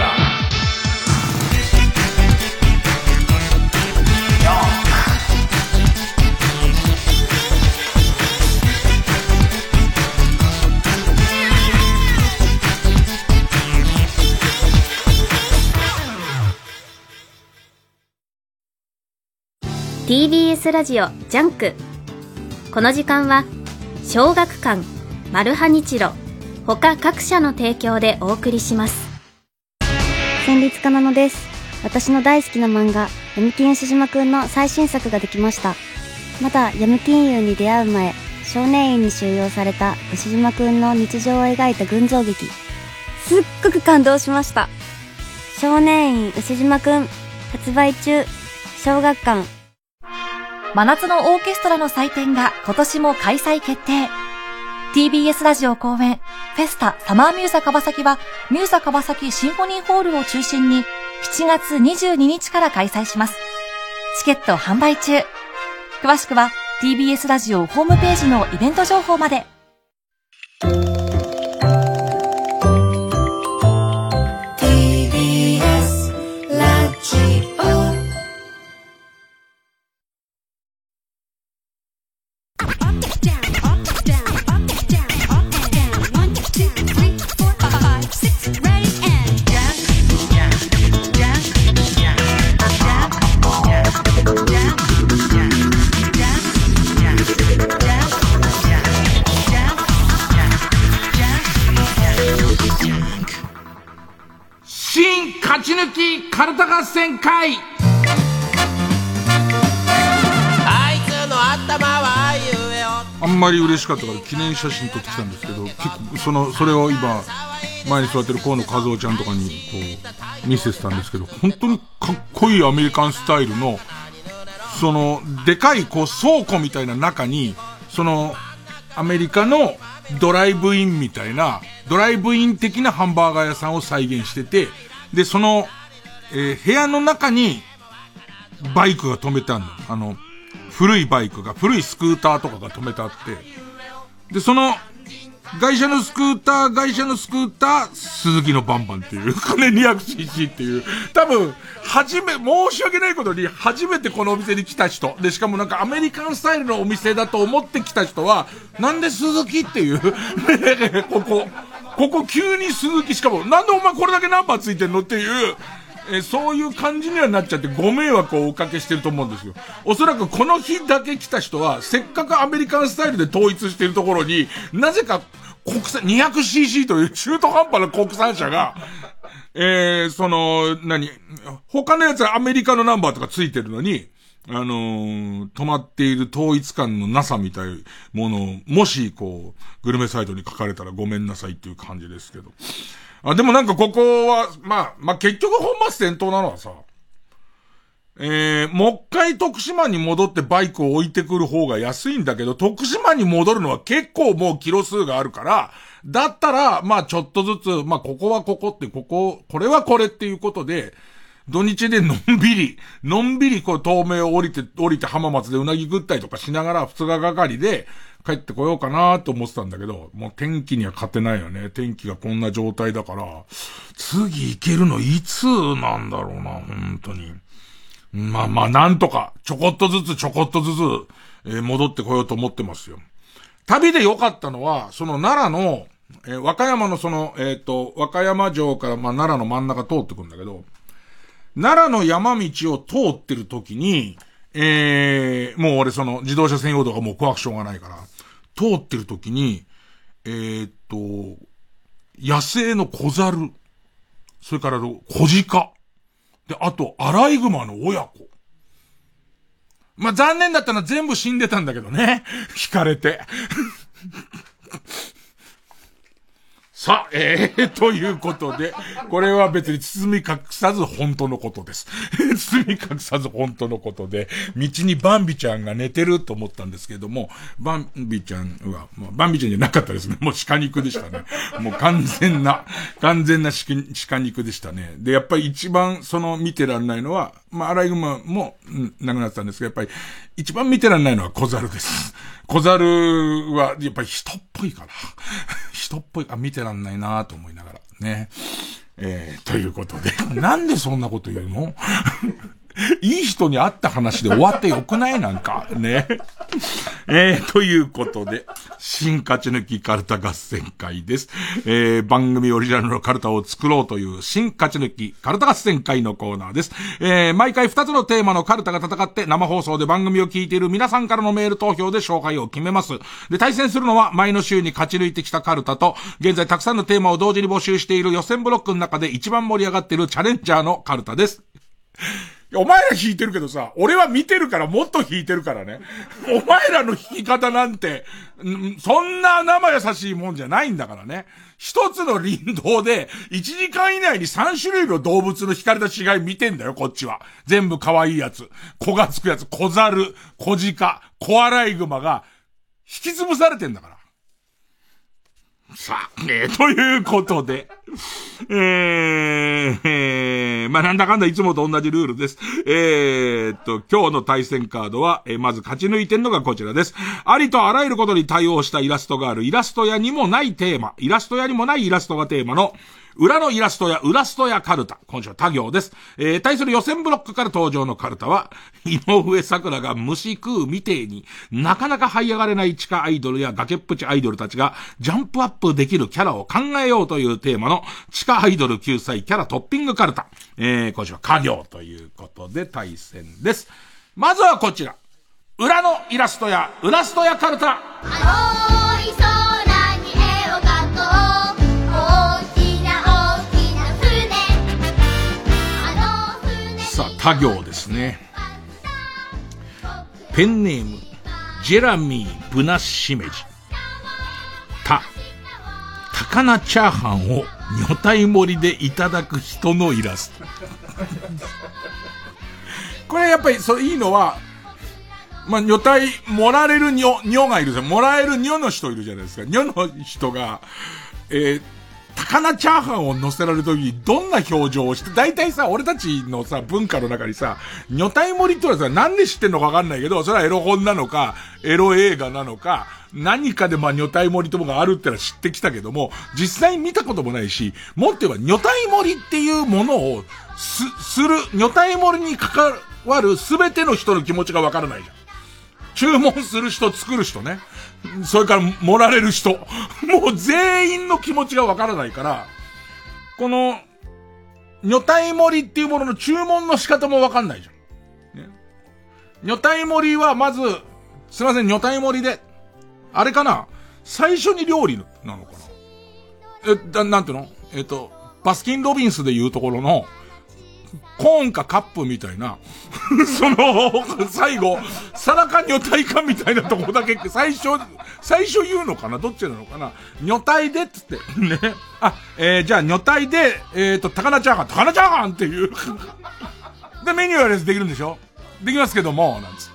TBS ラジオジャンク。この時間は小学館、マルハニチロ他各社の提供でお送りします。 戦慄かなのです。私の大好きな漫画ヤムキン牛島くんの最新作ができました。まだヤムキンユに出会う前、少年院に収容された牛島くんの日常を描いた群像劇、すっごく感動しました。少年院牛島くん発売中。小学館。 真夏のオーケストラの祭典が今年も開催決定。TBS ラジオ公演フェスタサマーミューザ川崎はミューザ川崎シンフォニーホールを中心に7月22日から開催します。チケット販売中。詳しくは TBS ラジオホームページのイベント情報まで。 勝ち抜きカルタ合戦会。 あいつの頭はゆえよ。 あんまり嬉しかったから記念写真撮ってきたんですけど、結構それを今前に座ってる河野和夫ちゃんとかにこう見せてたんですけど、本当にかっこいいアメリカンスタイルのそのでかいこう倉庫みたいな中にそのアメリカのドライブインみたいなドライブイン的なハンバーガー屋さんを再現してて、でその、部屋の中にバイクが止めてあるの。古いバイクが、古いスクーターとかが止めてあって、でその会社のスクーター鈴木のバンバンっていうこれ 200cc っていう、多分申し訳ないことに初めてこのお店に来た人で、しかもなんかアメリカンスタイルのお店だと思ってきた人はなんで鈴木っていうここ急に鈴木、しかもなんでお前これだけナンバーついてんのっていうそういう感じにはなっちゃってご迷惑をおかけしてると思うんですよ。おそらくこの日だけ来た人はせっかくアメリカンスタイルで統一しているところになぜか国産 200cc という中途半端な国産車が他のやつはアメリカのナンバーとかついてるのに止まっている統一感のなさみたいものをもしこうグルメサイトに書かれたらごめんなさいっていう感じですけど、でもなんかここはまあ結局本末転倒なのはさ、もう一回徳島に戻ってバイクを置いてくる方が安いんだけど、徳島に戻るのは結構もうキロ数があるから、だったらまあちょっとずつここはここってこれはこれっていうことで土日でのんびりこう東名を降りて浜松でうなぎ食ったりとかしながら2日がかりで帰ってこようかなと思ってたんだけど、もう天気には勝てないよね。天気がこんな状態だから、次行けるのいつなんだろうな、本当に。まあなんとかちょこっとずつ、戻ってこようと思ってますよ。旅で良かったのはその奈良の、和歌山の和歌山城から奈良の真ん中通ってくんだけど、奈良の山道を通ってる時に、もう俺その自動車専用道がもう怖くしょうがないから、通ってる時に、野生の小猿、それから小鹿、で、あとアライグマの親子。残念だったのは全部死んでたんだけどね。引かれて。さあ、ということで、これは別に包み隠さず本当のことです。包み隠さず本当のことで、道にバンビちゃんが寝てると思ったんですけども、バンビちゃんは、バンビちゃんじゃなかったですね。もう鹿肉でしたね。もう完全な鹿肉でしたね。で、やっぱり一番見てらんないのは、アライグマも亡くなってたんですけど、やっぱり一番見てらんないのは小猿です。小猿はやっぱり人っぽいから。見てらんないなと思いながらね。ということで、なんでそんなこと言うの？いい人に会った話で終わってよくないなんかね。ということで、新勝ち抜きカルタ合戦会です。番組オリジナルのカルタを作ろうという新勝ち抜きカルタ合戦会のコーナーです。毎回2つのテーマのカルタが戦って生放送で番組を聞いている皆さんからのメール投票で勝敗を決めます。で、対戦するのは前の週に勝ち抜いてきたカルタと、現在たくさんのテーマを同時に募集している予選ブロックの中で一番盛り上がっているチャレンジャーのカルタです。 お前ら弾いてるけどさ、俺は見てるからもっと弾いてるからね。お前らの弾き方なんて、そんな生優しいもんじゃないんだからね。一つの林道で1時間以内に3種類の動物の惹かれた死骸見てんだよ、こっちは。全部可愛いやつ。子がつくやつ、小猿、小鹿、小アライグマが引き潰されてんだから。さあ、ということで、まあ、なんだかんだいつもと同じルールです。今日の対戦カードは、まず勝ち抜いてんのがこちらです。ありとあらゆることに対応したイラストがあるイラスト屋にもないテーマ、イラスト屋にもないイラストがテーマの、裏のイラストや裏ストやカルタ。今週は他行です。対する予選ブロックから登場のカルタは、井上桜が虫食うみてえになかなか這い上がれない地下アイドルや崖っぷちアイドルたちがジャンプアップできるキャラを考えようというテーマの地下アイドル救済キャラトッピングカルタ。今週は他行ということで対戦です。まずはこちら。裏のイラストや裏ストやカルタ。 青い空に絵を描こう。 さあ、他行ですね。ペンネーム、ジェラミー・ブナシメジ。高菜チャーハンを女体盛りでいただく人のイラスト。これやっぱりそういいのは、まあ、女体盛られる女がいるじゃん。もらえる女の人いるじゃないですか。女の人が、高菜チャーハンを乗せられるときにどんな表情をして、大体さ、俺たちのさ、文化の中にさ、女体盛りってのはさ、なんで知ってんのかわかんないけど、それはエロ本なのか、エロ映画なのか、何かでまあ女体盛りともがあるってのは知ってきたけども、実際に見たこともないし、もっと言えば女体盛りっていうものをする、女体盛りに関わるすべての人の気持ちがわからないじゃん。注文する人、作る人ね。それから盛られる人。もう全員の気持ちがわからないから、この、女体盛りっていうものの注文の仕方もわかんないじゃん。ね、女体盛りはまず、すいません、女体盛りで、あれかな、最初に料理なのかな、なんていうの、バスキンロビンスでいうところの、コーンかカップみたいな、最後、サラか女体かみたいなとこだけ、最初言うのかな、どっちなのかな、女体でっつって、ね。じゃあ女体で、高菜チャーハンっていう。で、メニューやるやつできるんでしょ、できますけども、なんつって。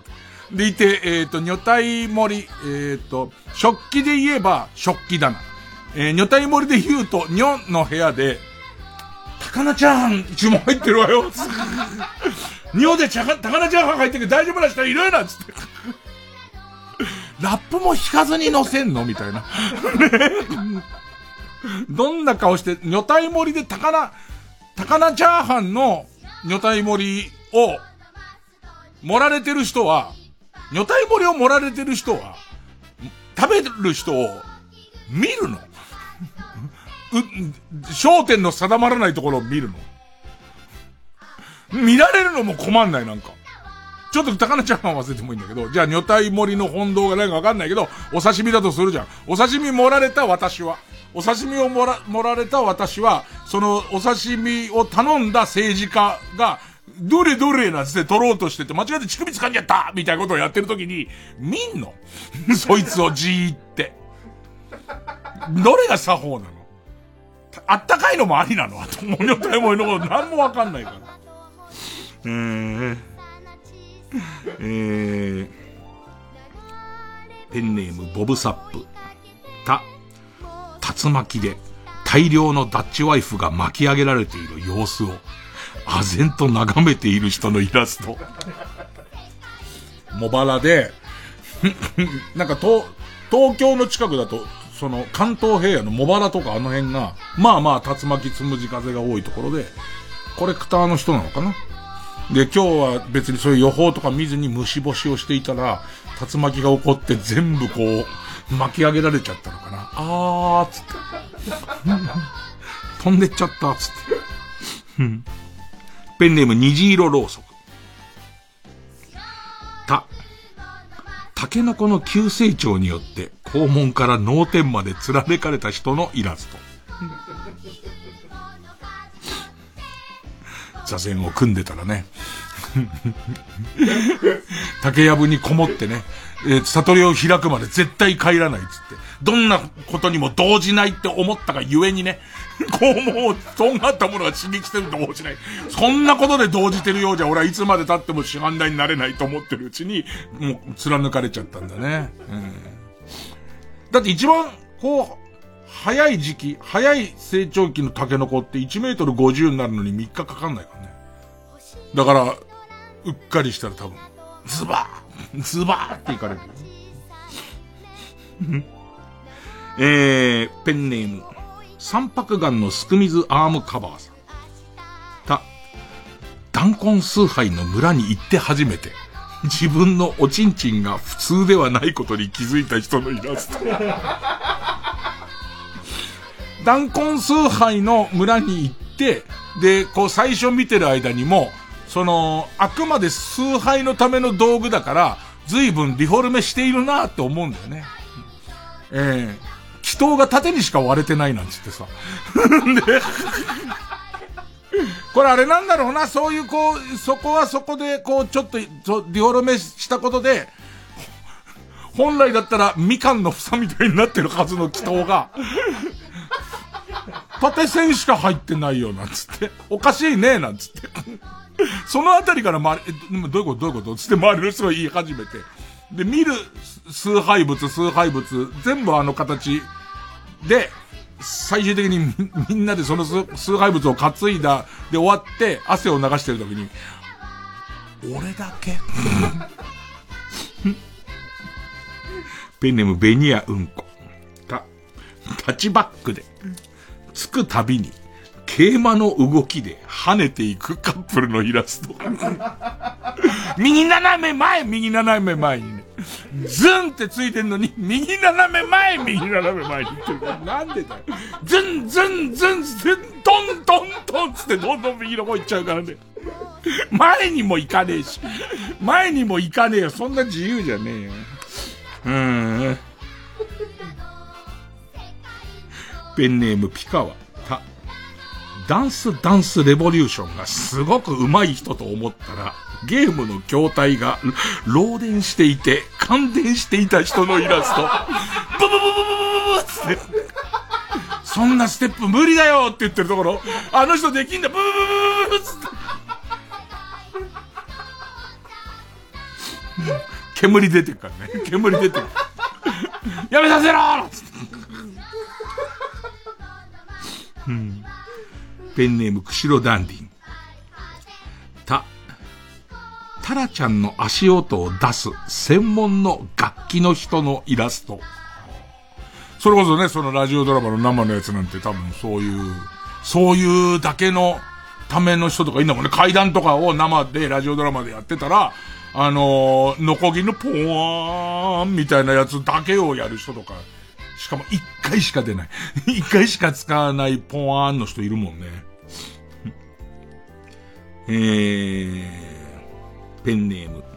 でいて、女体盛り、食器で言えば食器棚。女体盛りで言うと、女の部屋で、高菜チャーハン注文入ってるわよ。尿で高菜チャーハン入ってるけど大丈夫な人いるなんつって。ラップも引かずに乗せんのみたいな。どんな顔して、女体盛りで高菜チャーハンの女体盛りを盛られてる人は、女体盛りを盛られてる人は、食べる人を見るの？焦点の定まらないところを見るの？見られるのも困んない、なんか。ちょっと高菜チャーハン忘れてもいいんだけど、じゃあ女体盛りの本堂が何かわかんないけど、お刺身だとするじゃん。お刺身盛られた私は、そのお刺身を頼んだ政治家が、どれなんつって取ろうとしてて、間違えて乳首掴んじゃったみたいなことをやってるときに、見んのそいつをじーって。どれが作法なの？あったかいのもありなの？あと、女体盛りのこと何もわかんないから。ペンネームボブサップ。竜巻で大量のダッチワイフが巻き上げられている様子を唖然と眺めている人のイラスト。茂原でなんか東京の近くだとその関東平野の茂原とかあの辺がまあ竜巻つむじ風が多いところでコレクターの人なのかな。で今日は別にそういう予報とか見ずに虫干しをしていたら竜巻が起こって全部こう巻き上げられちゃったのかな。つって飛んでっちゃったつってペンネーム虹色ろうそく。タケノコの急成長によって肛門から脳天まで貫かれた人のイラスト。座禅を組んでたらね竹やぶにこもってね、悟りを開くまで絶対帰らないっつって、どんなことにも動じないって思ったがゆえにね、こうもう、とんがったものが刺激してると動じない。そんなことで動じてるようじゃ、俺はいつまで経っても主犯台になれないと思ってるうちに、もう貫かれちゃったんだね。だって一番、こう、早い時期、早い成長期のタケノコって1メートル50になるのに3日かかんないからね。だから、うっかりしたら多分、ズバーっていかれる。ペンネーム、三白眼のスクミズアームカバーさん。弾痕崇拝の村に行って初めて、自分のおちんちんが普通ではないことに気づいた人のイラスト。弾痕崇拝の村に行って、で、こう最初見てる間にも、あくまで崇拝のための道具だから、随分リフォルメしているなって思うんだよね。祈祷が縦にしか割れてないなんつってさ。で、これあれなんだろうな、そういうこう、そこはそこでこう、ちょっと、リフォルメしたことで、本来だったらみかんの房みたいになってるはずの祈祷が、縦線しか入ってないよなんつって、おかしいねなんつって。そのあたりからどういうことつって周りの人が言い始めて。で、見る崇拝物、全部あの形で、最終的にみんなでその崇拝物を担いだで終わって汗を流してる時に、俺だけペンネームベニヤうんこがタッチバックでつくたびに桂馬の動きで跳ねていくカップルのイラスト。右斜め前にね、ズンってついてんのに、右斜め前に言ってるから、なんでだよ。ズン、トントンつってどんどん右の方行っちゃうからね。前にも行かねえし、よ。そんな自由じゃねえよ。ペンネームピカワ。ダンスレボリューションがすごく上手い人と思ったら、ゲームの筐体が漏電していて、感電していた人のイラスト。ブブブブブブブつって。そんなステップ無理だよって言ってるところ、あの人できんだ、ブブブブブブつって。煙出てるからね。やめさせろーつって。ペンネームクシロダンディン。タラちゃんの足音を出す専門の楽器の人のイラスト。それこそね、そのラジオドラマの生のやつなんて多分そういうだけのための人とかいいんだもんね。階段とかを生でラジオドラマでやってたら、ノコギのポワーンみたいなやつだけをやる人とか、しかも一回しか出ない。一回しか使わないポワーンの人いるもんね。ペンネーム。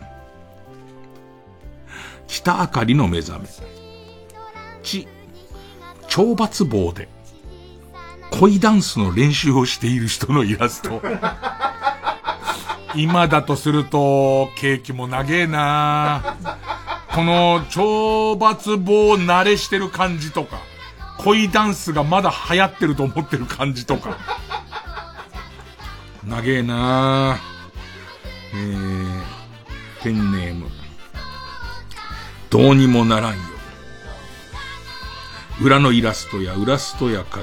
北あかりの目覚め。懲罰棒で恋ダンスの練習をしている人のイラスト。今だとすると、ケーキも長えなこの懲罰棒慣れしてる感じとか、恋ダンスがまだ流行ってると思ってる感じとか。長えなペンネーム。どうにもならんよ。裏のイラストやカルタ。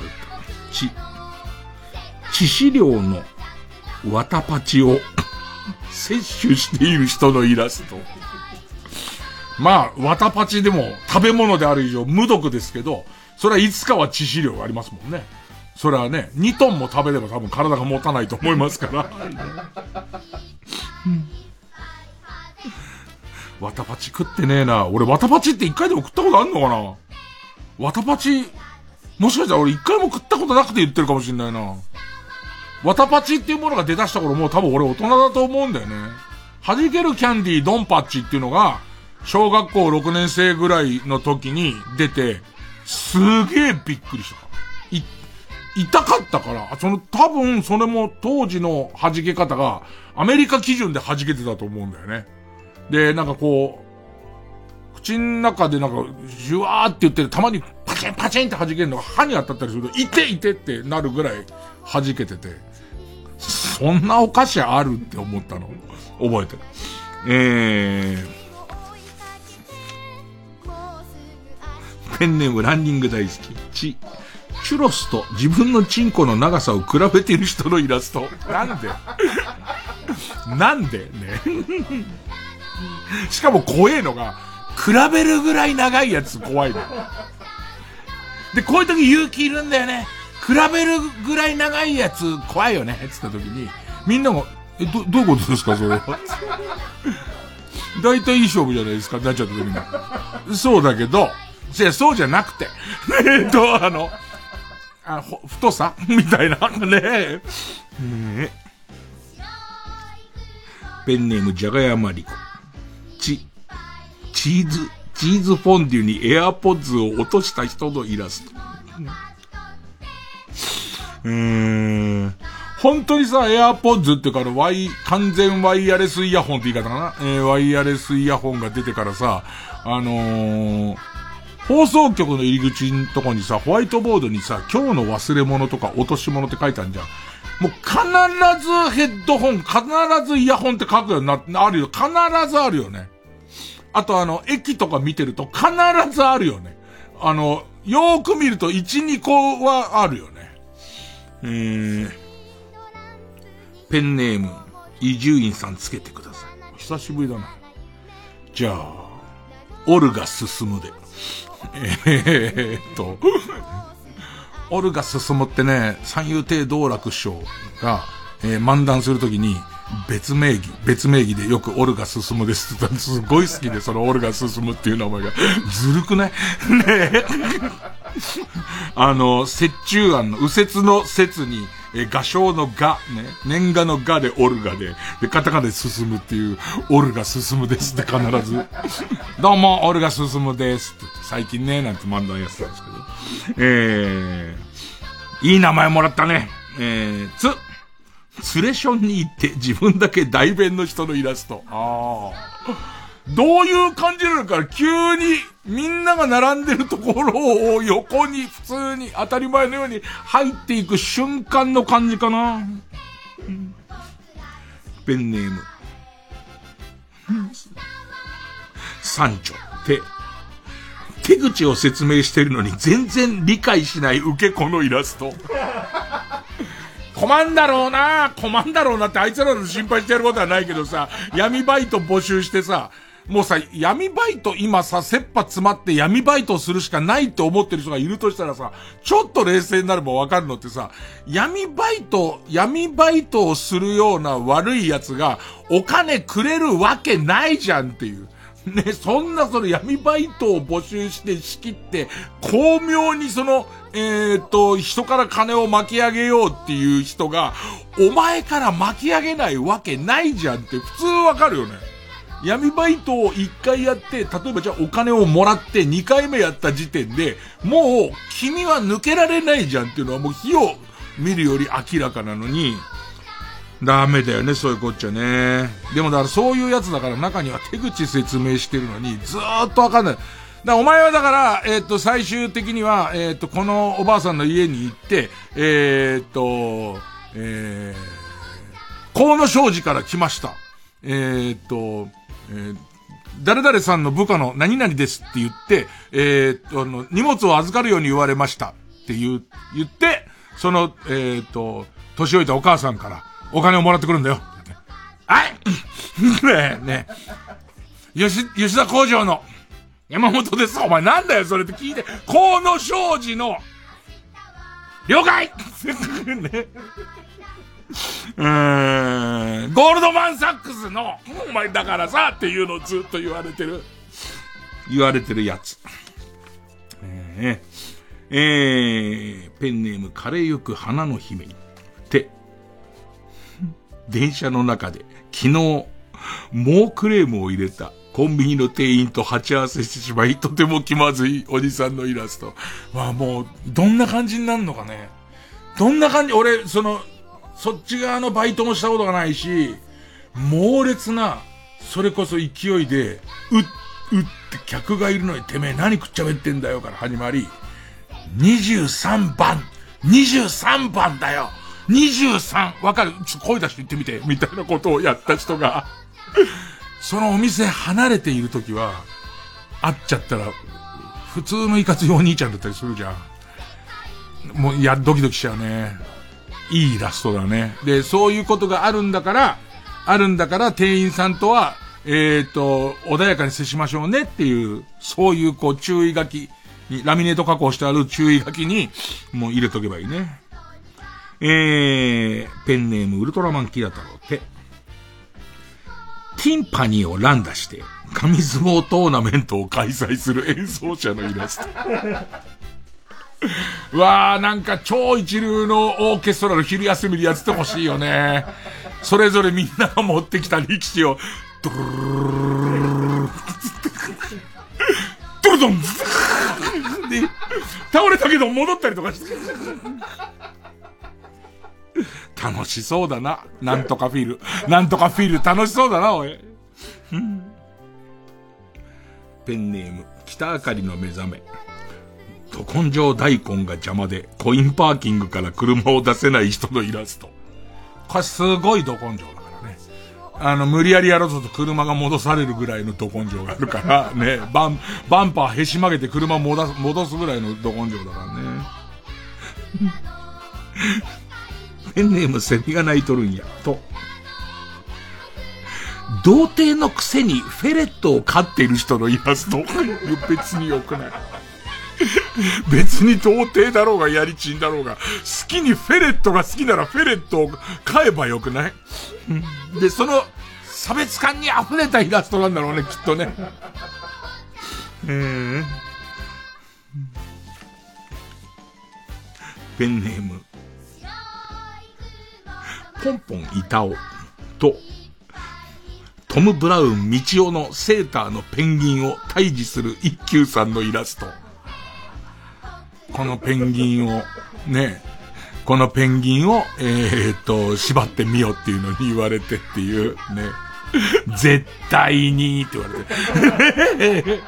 致死量のワタパチを摂取している人のイラスト。まあ、ワタパチでも食べ物である以上無毒ですけど、それはいつかは致死量がありますもんね。それはね、2トンも食べれば多分体が持たないと思いますから。ワタパチ食ってねえな。俺ワタパチって1回でも食ったことあんのかな。ワタパチ、もしかしたら俺1回も食ったことなくて言ってるかもしんないな。ワタパチっていうものが出だした頃もう多分俺大人だと思うんだよね。弾けるキャンディードンパッチっていうのが、小学校6年生ぐらいの時に出て、すげえびっくりした。 痛かったから、多分それも当時の弾け方がアメリカ基準で弾けてたと思うんだよね。で、なんかこう、口の中でなんか、ジュワーって言ってたまにパチンパチンって弾けるのが歯に当たったりすると、いていてってなるぐらい弾けてて、そんなお菓子あるって思ったの覚えてる。ペンネームランニング大好き。チュロスと自分のチンコの長さを比べている人のイラスト。なんでなんでねしかも怖えのが、比べるぐらい長いやつ怖いの。で、こういう時勇気いるんだよね。比べるぐらい長いやつ怖いよね。つった時に、みんなが、どういうことですかそれは。大体いい勝負じゃないですかなっちゃった時に。そうだけど、そうじゃなくて。太さみたいな。ねペンネームじゃがやまりこ。チーズフォンデュにエアポッズを落とした人のイラスト。本当にさ、エアポッズってから完全ワイヤレスイヤホンって言い方かな。ワイヤレスイヤホンが出てからさ、放送局の入り口のとこにさ、ホワイトボードにさ、今日の忘れ物とか落とし物って書いてあるじゃん。もう必ずヘッドホン、必ずイヤホンって書くようにあるよ。必ずあるよね。あと駅とか見てると必ずあるよね。よーく見ると1、2個はあるよね。ペンネーム、伊集院さんつけてください。久しぶりだな。じゃあ、オルガ進むで。オルガ進むってね、三遊亭道楽師匠が、漫談するときに、別名義でよくオルガ進むですって言ったらすごい好きで、そのオルガ進むっていう名前が。ずるくないね折衷案の、右折の節に、画商の画、ね、年画の画でオルガで、カタカナで進むっていう、オルガ進むですって必ず。どうも、オルガ進むですって。最近ね、なんて漫談やってたんですけど。いい名前もらったね。ツレションに行って自分だけ代弁の人のイラスト。どういう感じなのか、急にみんなが並んでるところを横に普通に当たり前のように入っていく瞬間の感じかな。ペンネーム。三丁って手口を説明してるのに全然理解しない受け子のイラスト。困んだろうなってあいつらの心配してやることはないけどさ、闇バイト募集してさ、もうさ、闇バイト今さ、切羽詰まって闇バイトをするしかないって思ってる人がいるとしたらさ、ちょっと冷静になればわかるのってさ、闇バイトをするような悪い奴がお金くれるわけないじゃんっていう。ね、その闇バイトを募集して仕切って、巧妙に人から金を巻き上げようっていう人が、お前から巻き上げないわけないじゃんって普通わかるよね。闇バイトを1回やって、例えばじゃあお金をもらって2回目やった時点で、もう君は抜けられないじゃんっていうのはもう火を見るより明らかなのに、ダメだよね、そういうこっちゃね。でもだからそういうやつだから中には手口説明してるのにずーっとわかんない。だからお前はだから、最終的には、このおばあさんの家に行って、河野商事から来ました。誰々さんの部下の何々ですって言って、荷物を預かるように言われましたって言って、その、年老いたお母さんからお金をもらってくるんだよ。はいねえ、吉田工場の山本です。お前なんだよそれって聞いて、河野商事の、了解ねゴールドマンサックスの、お前だからさっていうのをずっと言われてるやつ。ペンネーム枯れゆく花の姫にって電車の中で昨日猛クレームを入れたコンビニの店員と鉢合わせしてしまい、とても気まずいおじさんのイラスト。まあもうどんな感じになるのかね。 どんな感じ、俺、そっち側のバイトもしたことがないし、猛烈な、それこそ勢いで、って客がいるのにてめえ何食っちゃべってんだよから始まり、23番だよ !23! わかる？ちょっと声出して言ってみてみたいなことをやった人が、そのお店離れているときは、会っちゃったら、普通のいかついお兄ちゃんだったりするじゃん。もう、ドキドキしちゃうね。いいイラストだね。で、そういうことがあるんだから、店員さんとは、穏やかに接しましょうねっていう、そういう注意書きに、ラミネート加工してある注意書きに、もう入れとけばいいね。ペンネームウルトラマンキラ太郎って、ティンパニーを乱打して、紙相撲トーナメントを開催する演奏者のイラスト。うわー、なんか超一流のオーケストラの昼休みでやっててほしいよね。それぞれみんなが持ってきた力士を、ドルルルルルドルドンで倒れたけど戻ったりとかして楽しそうだな。なんとかフィール楽しそうだな、おい。ペンネーム北あかりの目覚め。ど根性大根が邪魔でコインパーキングから車を出せない人のイラスト。これすごいど根性だからね。無理やりやろうと車が戻されるぐらいのど根性があるからね。バンパーへし曲げて車戻すぐらいのど根性だからね。ペンネームセミが鳴いとるんやと。童貞のくせにフェレットを飼っている人のイラスト。別に良くない。別に童貞だろうがやりちんだろうが、好きにフェレットが好きならフェレットを飼えばよくない？で、その差別感に溢れたイラストなんだろうね、きっとね。ペンネームポンポン板尾とトム・ブラウン・ミチオのセーターのペンギンを退治する一休さんのイラスト。このペンギンを縛ってみよっていうのに言われてっていうね。絶対にって言われて。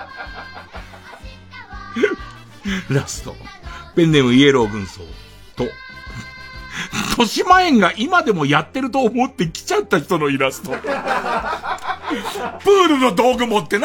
ラスト。ペンネームイエロー軍曹と、豊島園が今でもやってると思って来ちゃった人のイラスト。プールの道具持って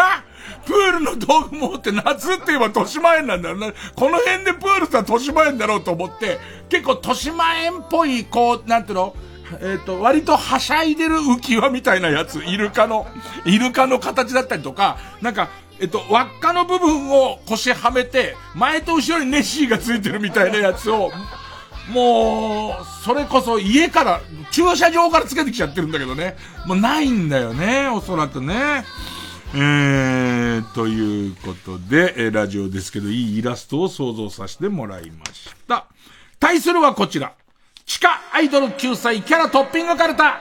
夏って言えば豊島園なんだろうな。この辺でプールさ豊島園だろうと思って、結構豊島園っぽい、なんていうの？割とはしゃいでる浮き輪みたいなやつ、イルカの形だったりとか、なんか、輪っかの部分を腰はめて、前と後ろにネッシーがついてるみたいなやつを、もう、それこそ家から、駐車場からつけてきちゃってるんだけどね。もうないんだよね、おそらくね。ということで、ラジオですけど、いいイラストを想像させてもらいました。対するはこちら。地下アイドル救済キャラトッピングカルタ。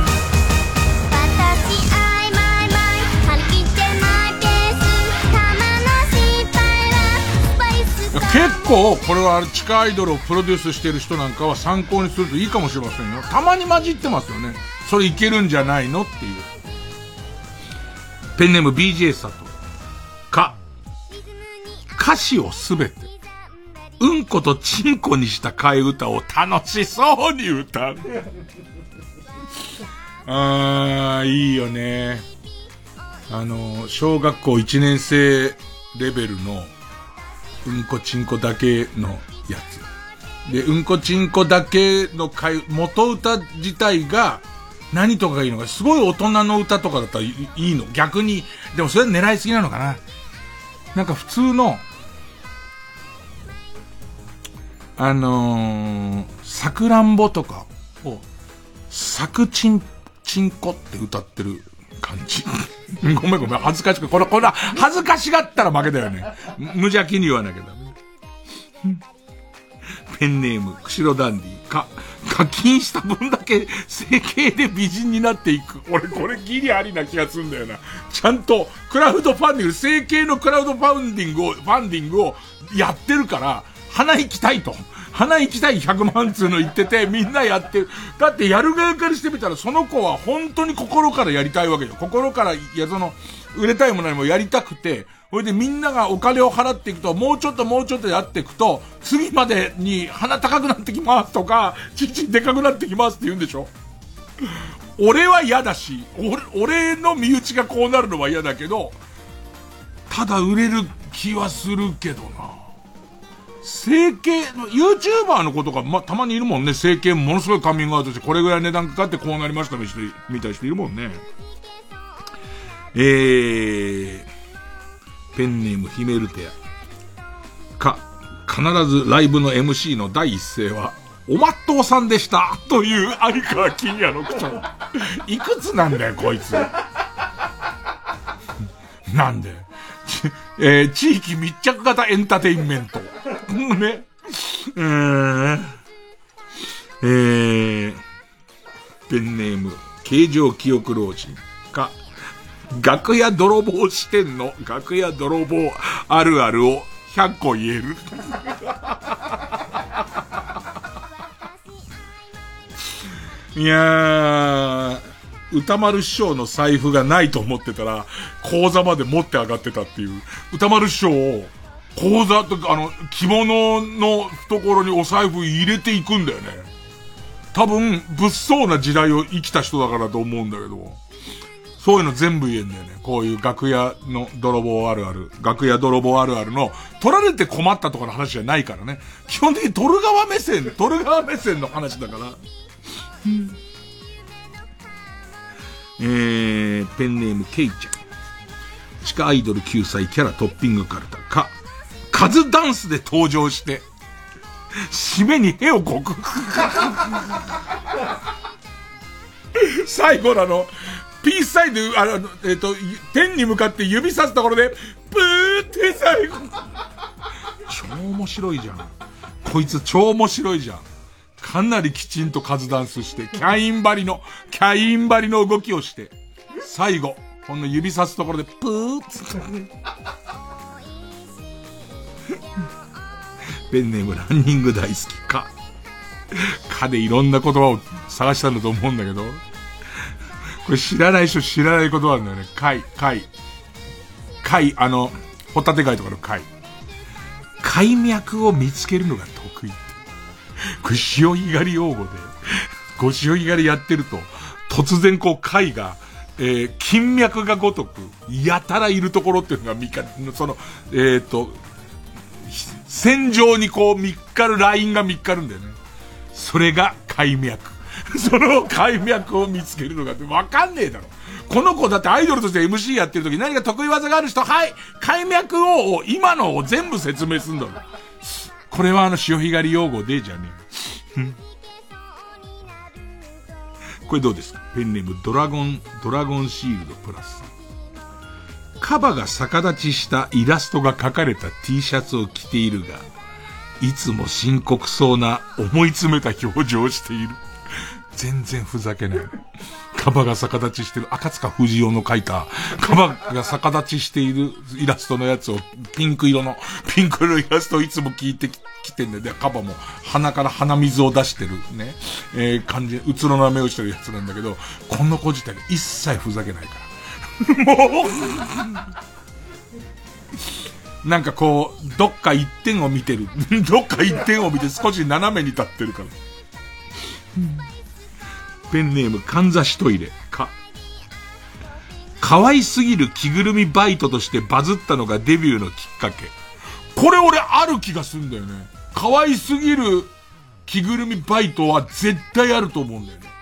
結構これは地下アイドルをプロデュースしてる人なんかは参考にするといいかもしれませんよ。たまに混じってますよね。それいけるんじゃないのっていう。ペンネーム BJ 佐藤か、歌詞をすべてうんことちんこにした替え歌を楽しそうに歌う。いいよね。小学校1年生レベルのうんこちんこだけのやつで、うんこちんこだけの元歌自体が何とかがいいのか、すごい大人の歌とかだったらいいの。逆にでもそれ狙いすぎなのかな。なんか普通のさくらんぼとかをさくちんこって歌ってる感じ。ごめん恥ずかしく、これ恥ずかしがったら負けだよね。無邪気に言わなきゃダメ。ペンネーム釧路ダンディか、課金した分だけ整形で美人になっていく。俺これギリありな気がするんだよな。ちゃんとクラウドファンディング、整形のクラウドファンディングをやってるから、鼻行きたいと。 花1台100万つうの言ってて、みんなやってる。だってやる側からしてみたら、その子は本当に心からやりたいわけよ。心から、売れたいものもやりたくて、それでみんながお金を払っていくと、もうちょっとやっていくと、次までに鼻高くなってきますとか、父でかくなってきますって言うんでしょ。俺は嫌だし、俺の身内がこうなるのは嫌だけど、ただ売れる気はするけどな。整形、YouTuber の子とか、たまにいるもんね。整形ものすごいカミングアウトして、これぐらい値段かかってこうなりましたみたいな人いるもんね。ペンネームヒメルテア。必ずライブの MC の第一声は、おまっとうさんでしたという相川金也の口調。いくつなんだよ、こいつ。なんで地域密着型エンターテインメント。ね。ペンネーム、形状記憶老人。楽屋泥棒視点の楽屋泥棒あるあるを100個言える。いやー、歌丸師匠の財布がないと思ってたら、口座まで持って上がってたっていう。歌丸師匠を、口座とか、着物の懐にお財布入れていくんだよね。多分、物騒な時代を生きた人だからと思うんだけど。そういうの全部言えんだよね。こういう楽屋の泥棒あるある。楽屋泥棒あるあるの、取られて困ったとかの話じゃないからね。基本的に取る側目線の話だから。ペンネームケイちゃん。地下アイドル9歳キャラトッピングカルタ。カズダンスで登場して、締めに絵をこく。最後ピースサイド、天に向かって指さすところで、ブーって最後。超面白いじゃん。こいつ超面白いじゃん。かなりきちんとカズダンスして、キャイン張りの動きをして、最後、この指さすところで、プーッつって。ペンネームランニング大好きかでいろんな言葉を探したんだと思うんだけど、これ知らない人知らない言葉なんだよね。貝、ホタテ貝とかの貝。貝脈を見つけるのが得意。これ潮干狩り用語で、潮干狩りやってると、突然貝が、金脈がごとく、やたらいるところっていうのが線上に見っかるラインが見っかるんだよね。それが貝脈。その貝脈を見つけるのがわかんねえだろ。この子だってアイドルとして MC やってる時何か得意技がある人、はい、貝脈を、今のを全部説明するんだろ。これは潮干狩り用語でじゃねえ。これどうですか？ペンネームドラゴンシールドプラス。カバが逆立ちしたイラストが描かれた T シャツを着ているが、いつも深刻そうな思い詰めた表情をしている。全然ふざけない。カバが逆立ちしてる、赤塚不二夫の描いた、カバが逆立ちしているイラストのやつを、ピンク色のイラストをいつも聞いてきてんだよ。で、カバも鼻から鼻水を出してるね、感じ、うつろな目をしてるやつなんだけど、この子自体が一切ふざけないから。もうなんかどっか一点を見てる。どっか一点を見て少し斜めに立ってるから。ペンネームかんざしトイレ。可愛すぎる着ぐるみバイトとしてバズったのがデビューのきっかけ。これ俺ある気がするんだよね。可愛すぎる着ぐるみバイトは絶対あると思うんだよね。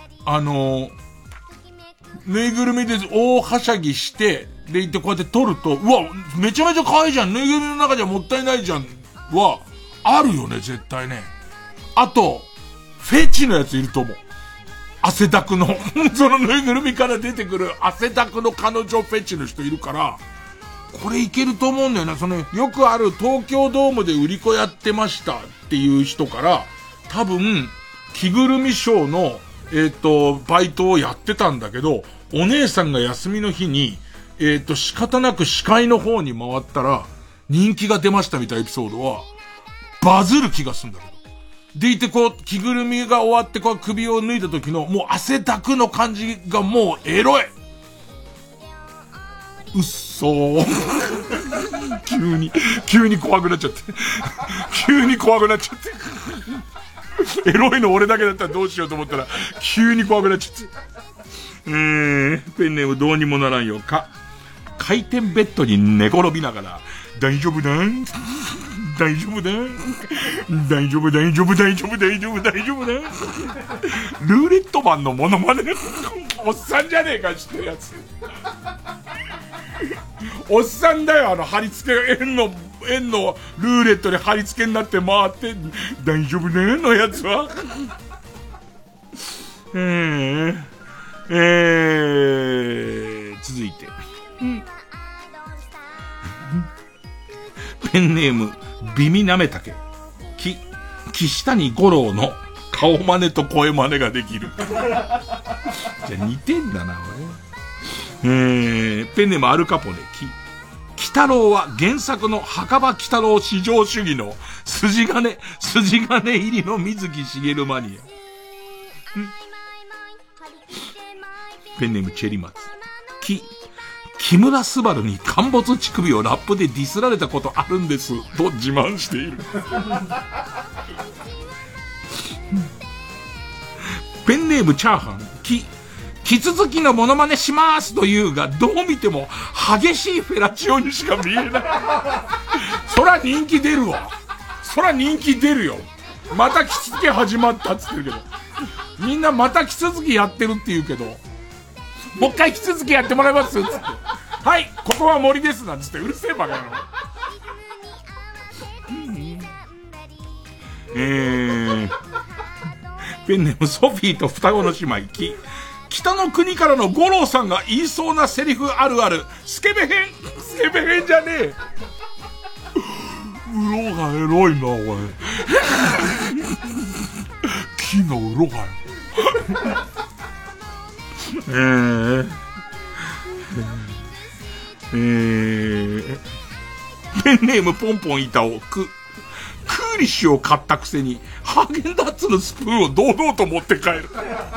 ぬいぐるみで大はしゃぎして、で、こうやって撮ると、うわ、めちゃめちゃ可愛いじゃん。ぬいぐるみの中じゃもったいないじゃん。は、あるよね、絶対ね。あと、フェチのやついると思う。汗だくの、そのぬいぐるみから出てくる汗だくの彼女フェチの人いるから、これいけると思うんだよな。よくある東京ドームで売り子やってましたっていう人から、多分、着ぐるみショーの、バイトをやってたんだけど、お姉さんが休みの日に、仕方なく司会の方に回ったら、人気が出ましたみたいなエピソードは、バズる気がするんだけど。 でいてこう、着ぐるみが終わってこう首を脱いだ時のもう汗だくの感じがもうエロい。うっそー。急に怖くなっちゃって。急に怖くなっちゃって。エロいの俺だけだったらどうしようと思ったら、急に怖くなっちゃって。ペンネームどうにもならんよ。回転ベッドに寝転びながら、大丈夫だ大丈夫だ大丈夫大丈夫大丈夫大丈夫大丈夫だルーレットマンのモノマネおっさんじゃねえか知ってるやつ。おっさんだよ、貼り付け、円のルーレットに貼り付けになって回って、大丈夫ねのやつは。続いて。ペンネーム、ビミナメタケ。岸谷五郎の顔真似と声真似ができる。じゃあ似てんだな、俺。ペンネームアルカポネ。鬼太郎は原作の墓場鬼太郎至上主義の筋金入りの水木しげるマニア。ペンネームチェリマツ。木村昴に陥没乳首をラップでディスられたことあるんですと自慢している。ペンネームチャーハン。キツツキのモノマネしますと言うが、どう見ても激しいフェラチオにしか見えない。そら人気出るわ。そら人気出るよ。またキツツキ始まったっつってるけど。みんなまたキツツキやってるって言うけど、もう一回キツツキやってもらいますっつって。はい、ここは森ですなんつって、うるせえバカ野郎。ペンネームソフィーと双子の姉妹。北の国からの五郎さんが言いそうなセリフあるある。スケベ編じゃねえ。うろがエロいな、おい。木のうろがよ。ペンネームポンポン板をクーリッシュを買ったくせにハーゲンダッツのスプーンを堂々と持って帰る。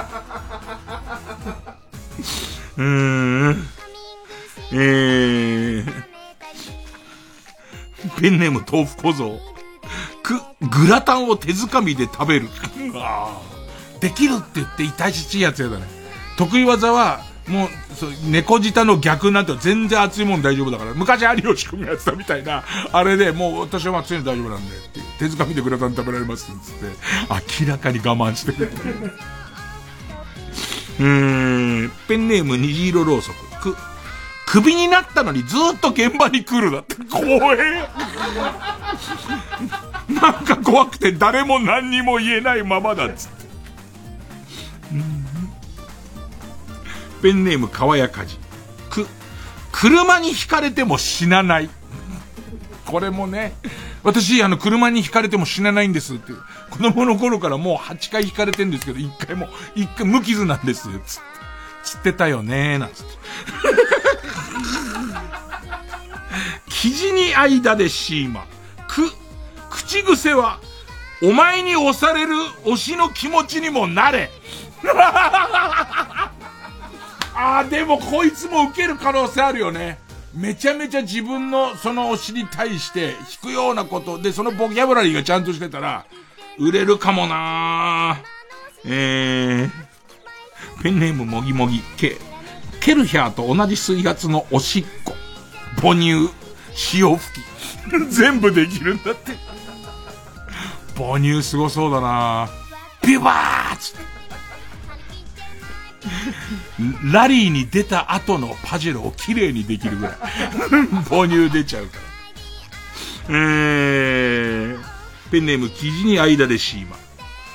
ペンネーム豆腐小僧。グラタンを手づかみで食べる。できるって言って痛いしちいやつやだね。得意技はもう猫舌の逆なんて全然熱いもん大丈夫だから、昔有吉君がやってたみたいなあれで、もう私は熱いの大丈夫なんでって手づかみでグラタン食べられますっつって明らかに我慢してる。ペンネーム虹色ろうそく。クビになったのにずっと現場に来るだって。怖え。なんか怖くて誰も何にも言えないままだっつって。ペンネーム川谷かじ。車にひかれても死なない。これもね、私車にひかれても死なないんですっていう。子供の頃からもう8回ひかれてんですけど、1回無傷なんですつってたよねなんつって。生地に間でシーマ。口癖は、お前に押される推しの気持ちにもなれ。でもこいつも受ける可能性あるよね。めちゃめちゃ自分のその推しに対して引くようなことで、そのボキャブラリーがちゃんとしてたら売れるかもな。ペンネームもぎもぎ。ケルヒャーと同じ水圧のおしっこ、母乳、潮吹き全部できるんだって。母乳すごそうだな。ビバーッつってラリーに出た後のパジェロを綺麗にできるぐらい母乳出ちゃうから。ペンネーム生地に間でシーマ。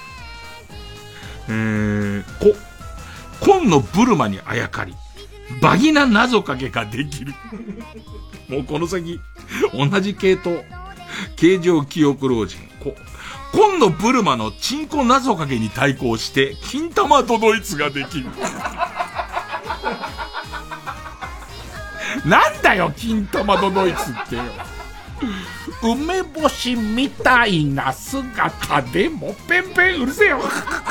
紺のブルマにあやかりバギナ謎かけができる。もうこの先同じ系統、形状記憶老人。紺のブルマのチンコ謎かけに対抗して金玉ドドイツができる。なんだよ金玉ドドイツってよ。 梅干しみたいな姿でもペンペンうるせえよ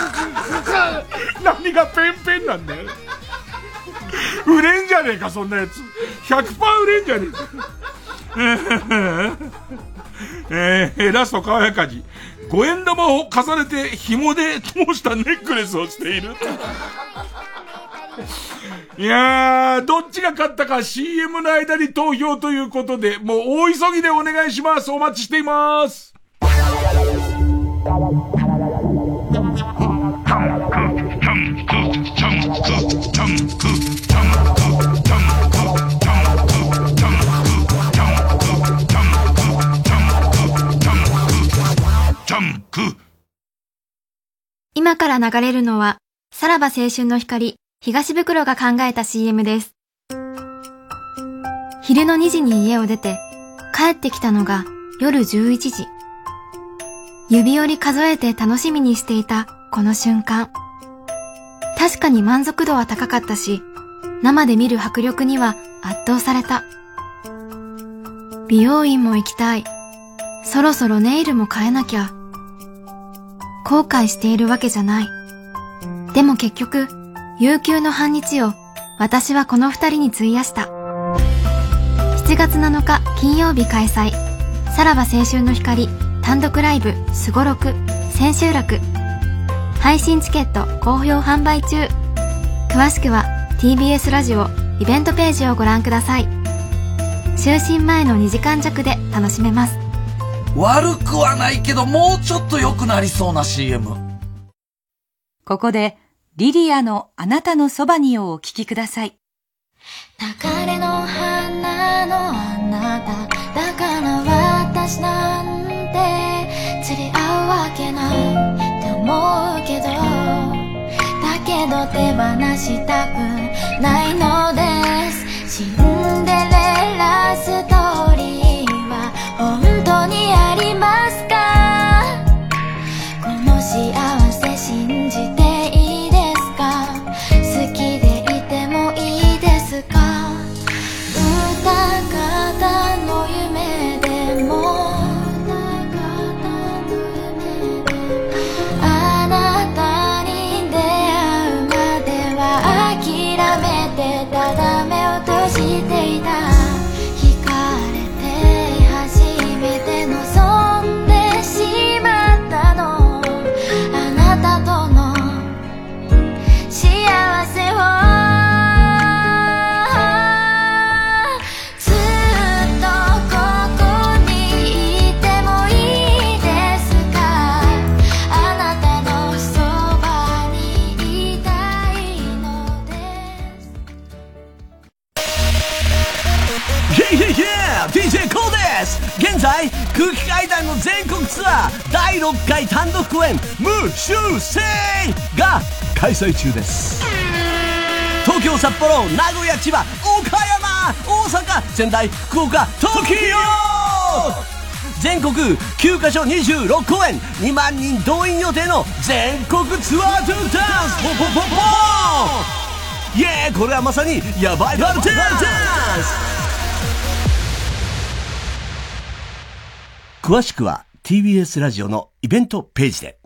何がペンペンなんだよ売れんじゃねえかそんなやつ 100% 売れんじゃねえかラスト川やかじ5円玉を重ねて紐で通したネックレスをしているいやー、どっちが勝ったか CM の間に投票ということで、もう大急ぎでお願いします。お待ちしています。 今から流れるのは、さらば青春の光、東袋が考えた CM です。昼の2時に家を出て、帰ってきたのが夜11時。指折り数えて楽しみにしていたこの瞬間。確かに満足度は高かったし、生で見る迫力には圧倒された。美容院も行きたい。そろそろネイルも変えなきゃ。後悔しているわけじゃない。でも結局、有給の半日を私はこの二人に費やした。7月7日金曜日開催。さらば青春の光単独ライブすごろく千秋楽。配信チケット好評販売中。詳しくは TBS ラジオイベントページをご覧ください。就寝前の2時間弱で楽しめます。 悪くはないけどもうちょっと良くなりそうな CM。 ここでリリアのあなたのそばにをお聞きください。 流れの花のあなただから私なんて釣り合うわけないって思うけど、だけど手放したくないのです。シンデレラストーリーは本当にありますか？この幸せ信じていいですか？好きでいてもいいですか？歌方の夢でもあなたに出会うまでは諦めてただ目を閉じていた。惹かれて初めて望んでしまったの、あなたとの幸せをずっとここにいてもいいですか？あなたのそばにいたいのです。 DJ コーです。現在空気階段の全国ツアー第6回単独公演無修正が開催中です。東京、札幌、名古屋、千葉、岡山、大阪、仙台、福岡、東京全国9カ所26公演2万人動員予定の全国ツアートゥーダンスポンポンポンポンイエーイ、これはまさにヤバいバルテンダンス。詳しくは TBS ラジオのイベントページで。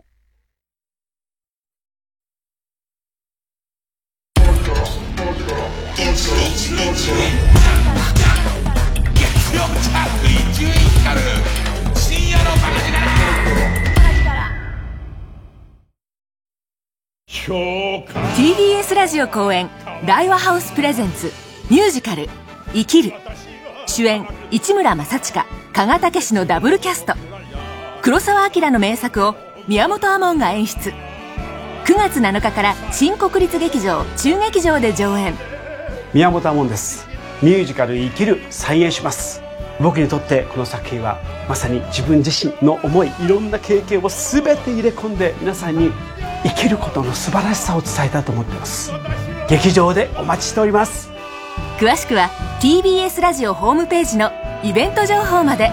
TBS ラジオ公演大和ハウスプレゼンツミュージカル生きる。主演市村正親、加賀武史のダブルキャスト。黒澤明の名作を宮本亞門が演出。9月7日から新国立劇場中劇場で上演。 宮本亞門です。ミュージカル生きる再演します。僕にとってこの作品はまさに自分自身の思い、いろんな経験を全て入れ込んで皆さんに生きることの素晴らしさを伝えたと思っています。劇場でお待ちしております。 詳しくは TBS ラジオホームページのイベント情報まで。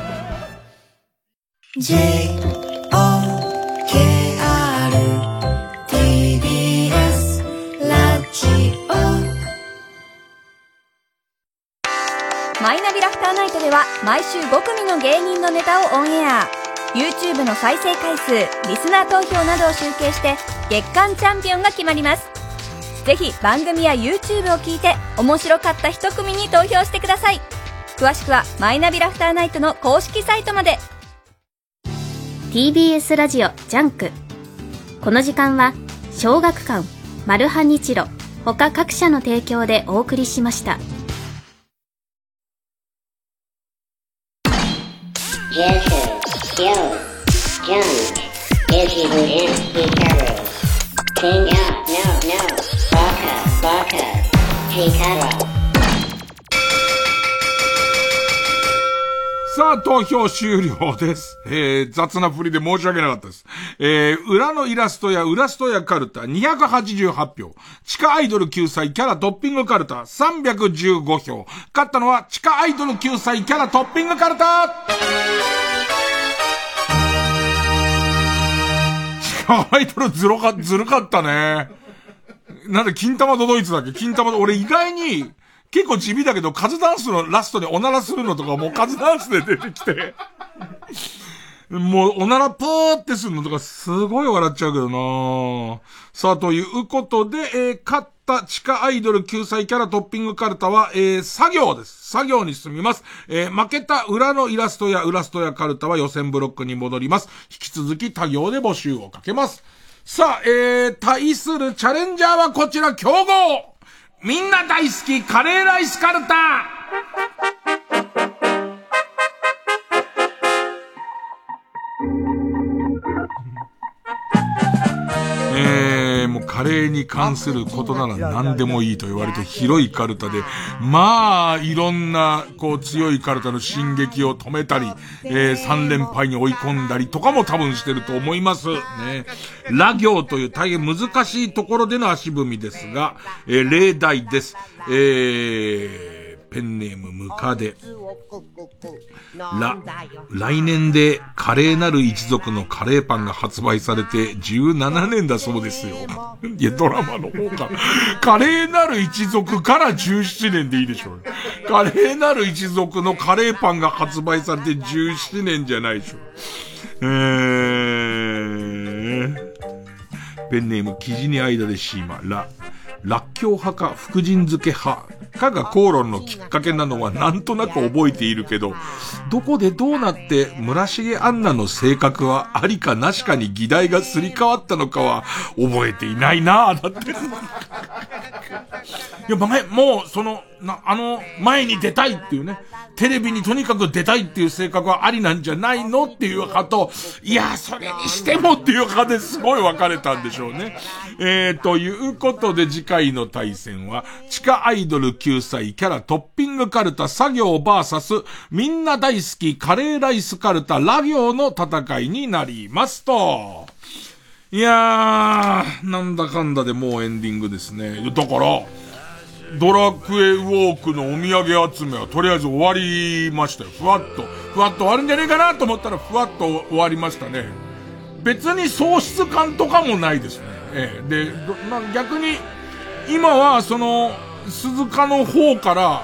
JOKR TBS ラジオマイナビラフターーナイトでは毎週5組の芸人のネタをオンエア。 YouTube の再生回数、リスナー投票などを集計して月間チャンピオンが決まります。ぜひ番組や YouTube を聞いて面白かった一組に投票してください。詳しくはマイナビラフターナイトの公式サイトまで。 TBS ラジオジャンク。この時間は小学館、マルハニチロ他各社の提供でお送りしました。 さあ、投票終了です。雑な振りで申し訳なかったです。裏のイラストや裏ストやカルタ288票。地下アイドル救済キャラトッピングカルタ315票。勝ったのは地下アイドル救済キャラトッピングカルタ。地下アイドルずるかったね。なんで金玉とドイツだっけ？金玉と、俺意外に、結構地味だけど、カズダンスのラストでおならするのとかもうカズダンスで出てきて、もうおならプーってするのとかすごい笑っちゃうけどな。さあ、ということで、勝った地下アイドル救済キャラトッピングカルタは、作業です。作業に進みます。負けた裏のイラストや裏ストやカルタは予選ブロックに戻ります。引き続き他行で募集をかけます。さあ、対するチャレンジャーはこちら、強豪みんな大好きカレーライスカルタ。もうカレーに関することなら何でもいいと言われて広いカルタで、まあいろんなこう強いカルタの進撃を止めたり、3連敗に追い込んだりとかも多分してると思いますね。ラ行という大変難しいところでの足踏みですが、例題です。ペンネームムカデ。来年で華麗なる一族のカレーパンが発売されて17年だそうですよ。いや、ドラマの方か。華麗なる一族から17年でいいでしょう。華麗なる一族のカレーパンが発売されて17年じゃないでしょ。ペンネーム生地に間でシーマ。らっきょう派か福神漬け派かが口論のきっかけなのはなんとなく覚えているけど、どこでどうなって村重杏奈の性格はありかなしかに議題がすり替わったのかは覚えていないなぁ。だっていや、もう前に出たいっていうね、テレビにとにかく出たいっていう性格はありなんじゃないのっていう派と、いやそれにしてもっていう派ですごい分かれたんでしょうね。ということで次回の対戦は地下アイドル救済キャラトッピングカルタ作業 VS みんな大好きカレーライスカルタラ行の戦いになりますと。いやー、なんだかんだでもうエンディングですね。だからドラクエウォークのお土産集めはとりあえず終わりましたよ。ふわっと終わるんじゃねえかなと思ったらふわっと終わりましたね。別に喪失感とかもないですね。で、逆に今はその鈴鹿の方から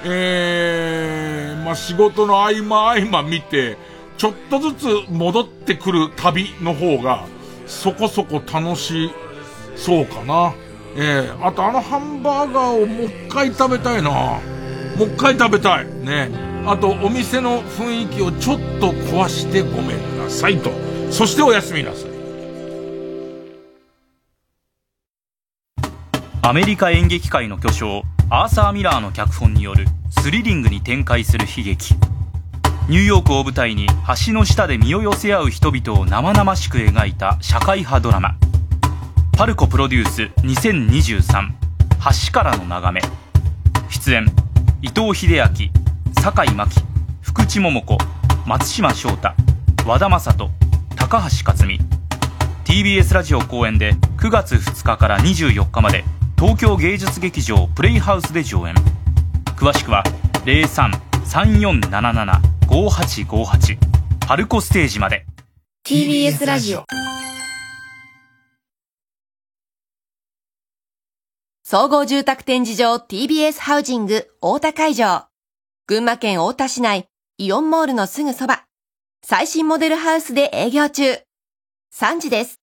仕事の合間見てちょっとずつ戻ってくる旅の方がそこそこ楽しそうかな。あとハンバーガーをもう一回食べたいな。もう一回食べたいね。あとお店の雰囲気をちょっと壊してごめんなさいと。そしておやすみなさい。 アメリカ演劇界の巨匠アーサー・ミラーの脚本によるスリリングに展開する悲劇。ニューヨークを舞台に橋の下で身を寄せ合う人々を生々しく描いた社会派ドラマ。パルコプロデュース2023橋からの眺め。出演伊藤英明、酒井真紀、福地桃子、松島翔太、和田正人、高橋克実。 TBS ラジオ公演で9月2日から24日まで東京芸術劇場プレイハウスで上演。詳しくは 03-3477-5858 パルコステージまで。 TBS ラジオ総合住宅展示場 TBS ハウジング大田会場。 群馬県太田市内、イオンモールのすぐそば、最新モデルハウスで営業中。3時です。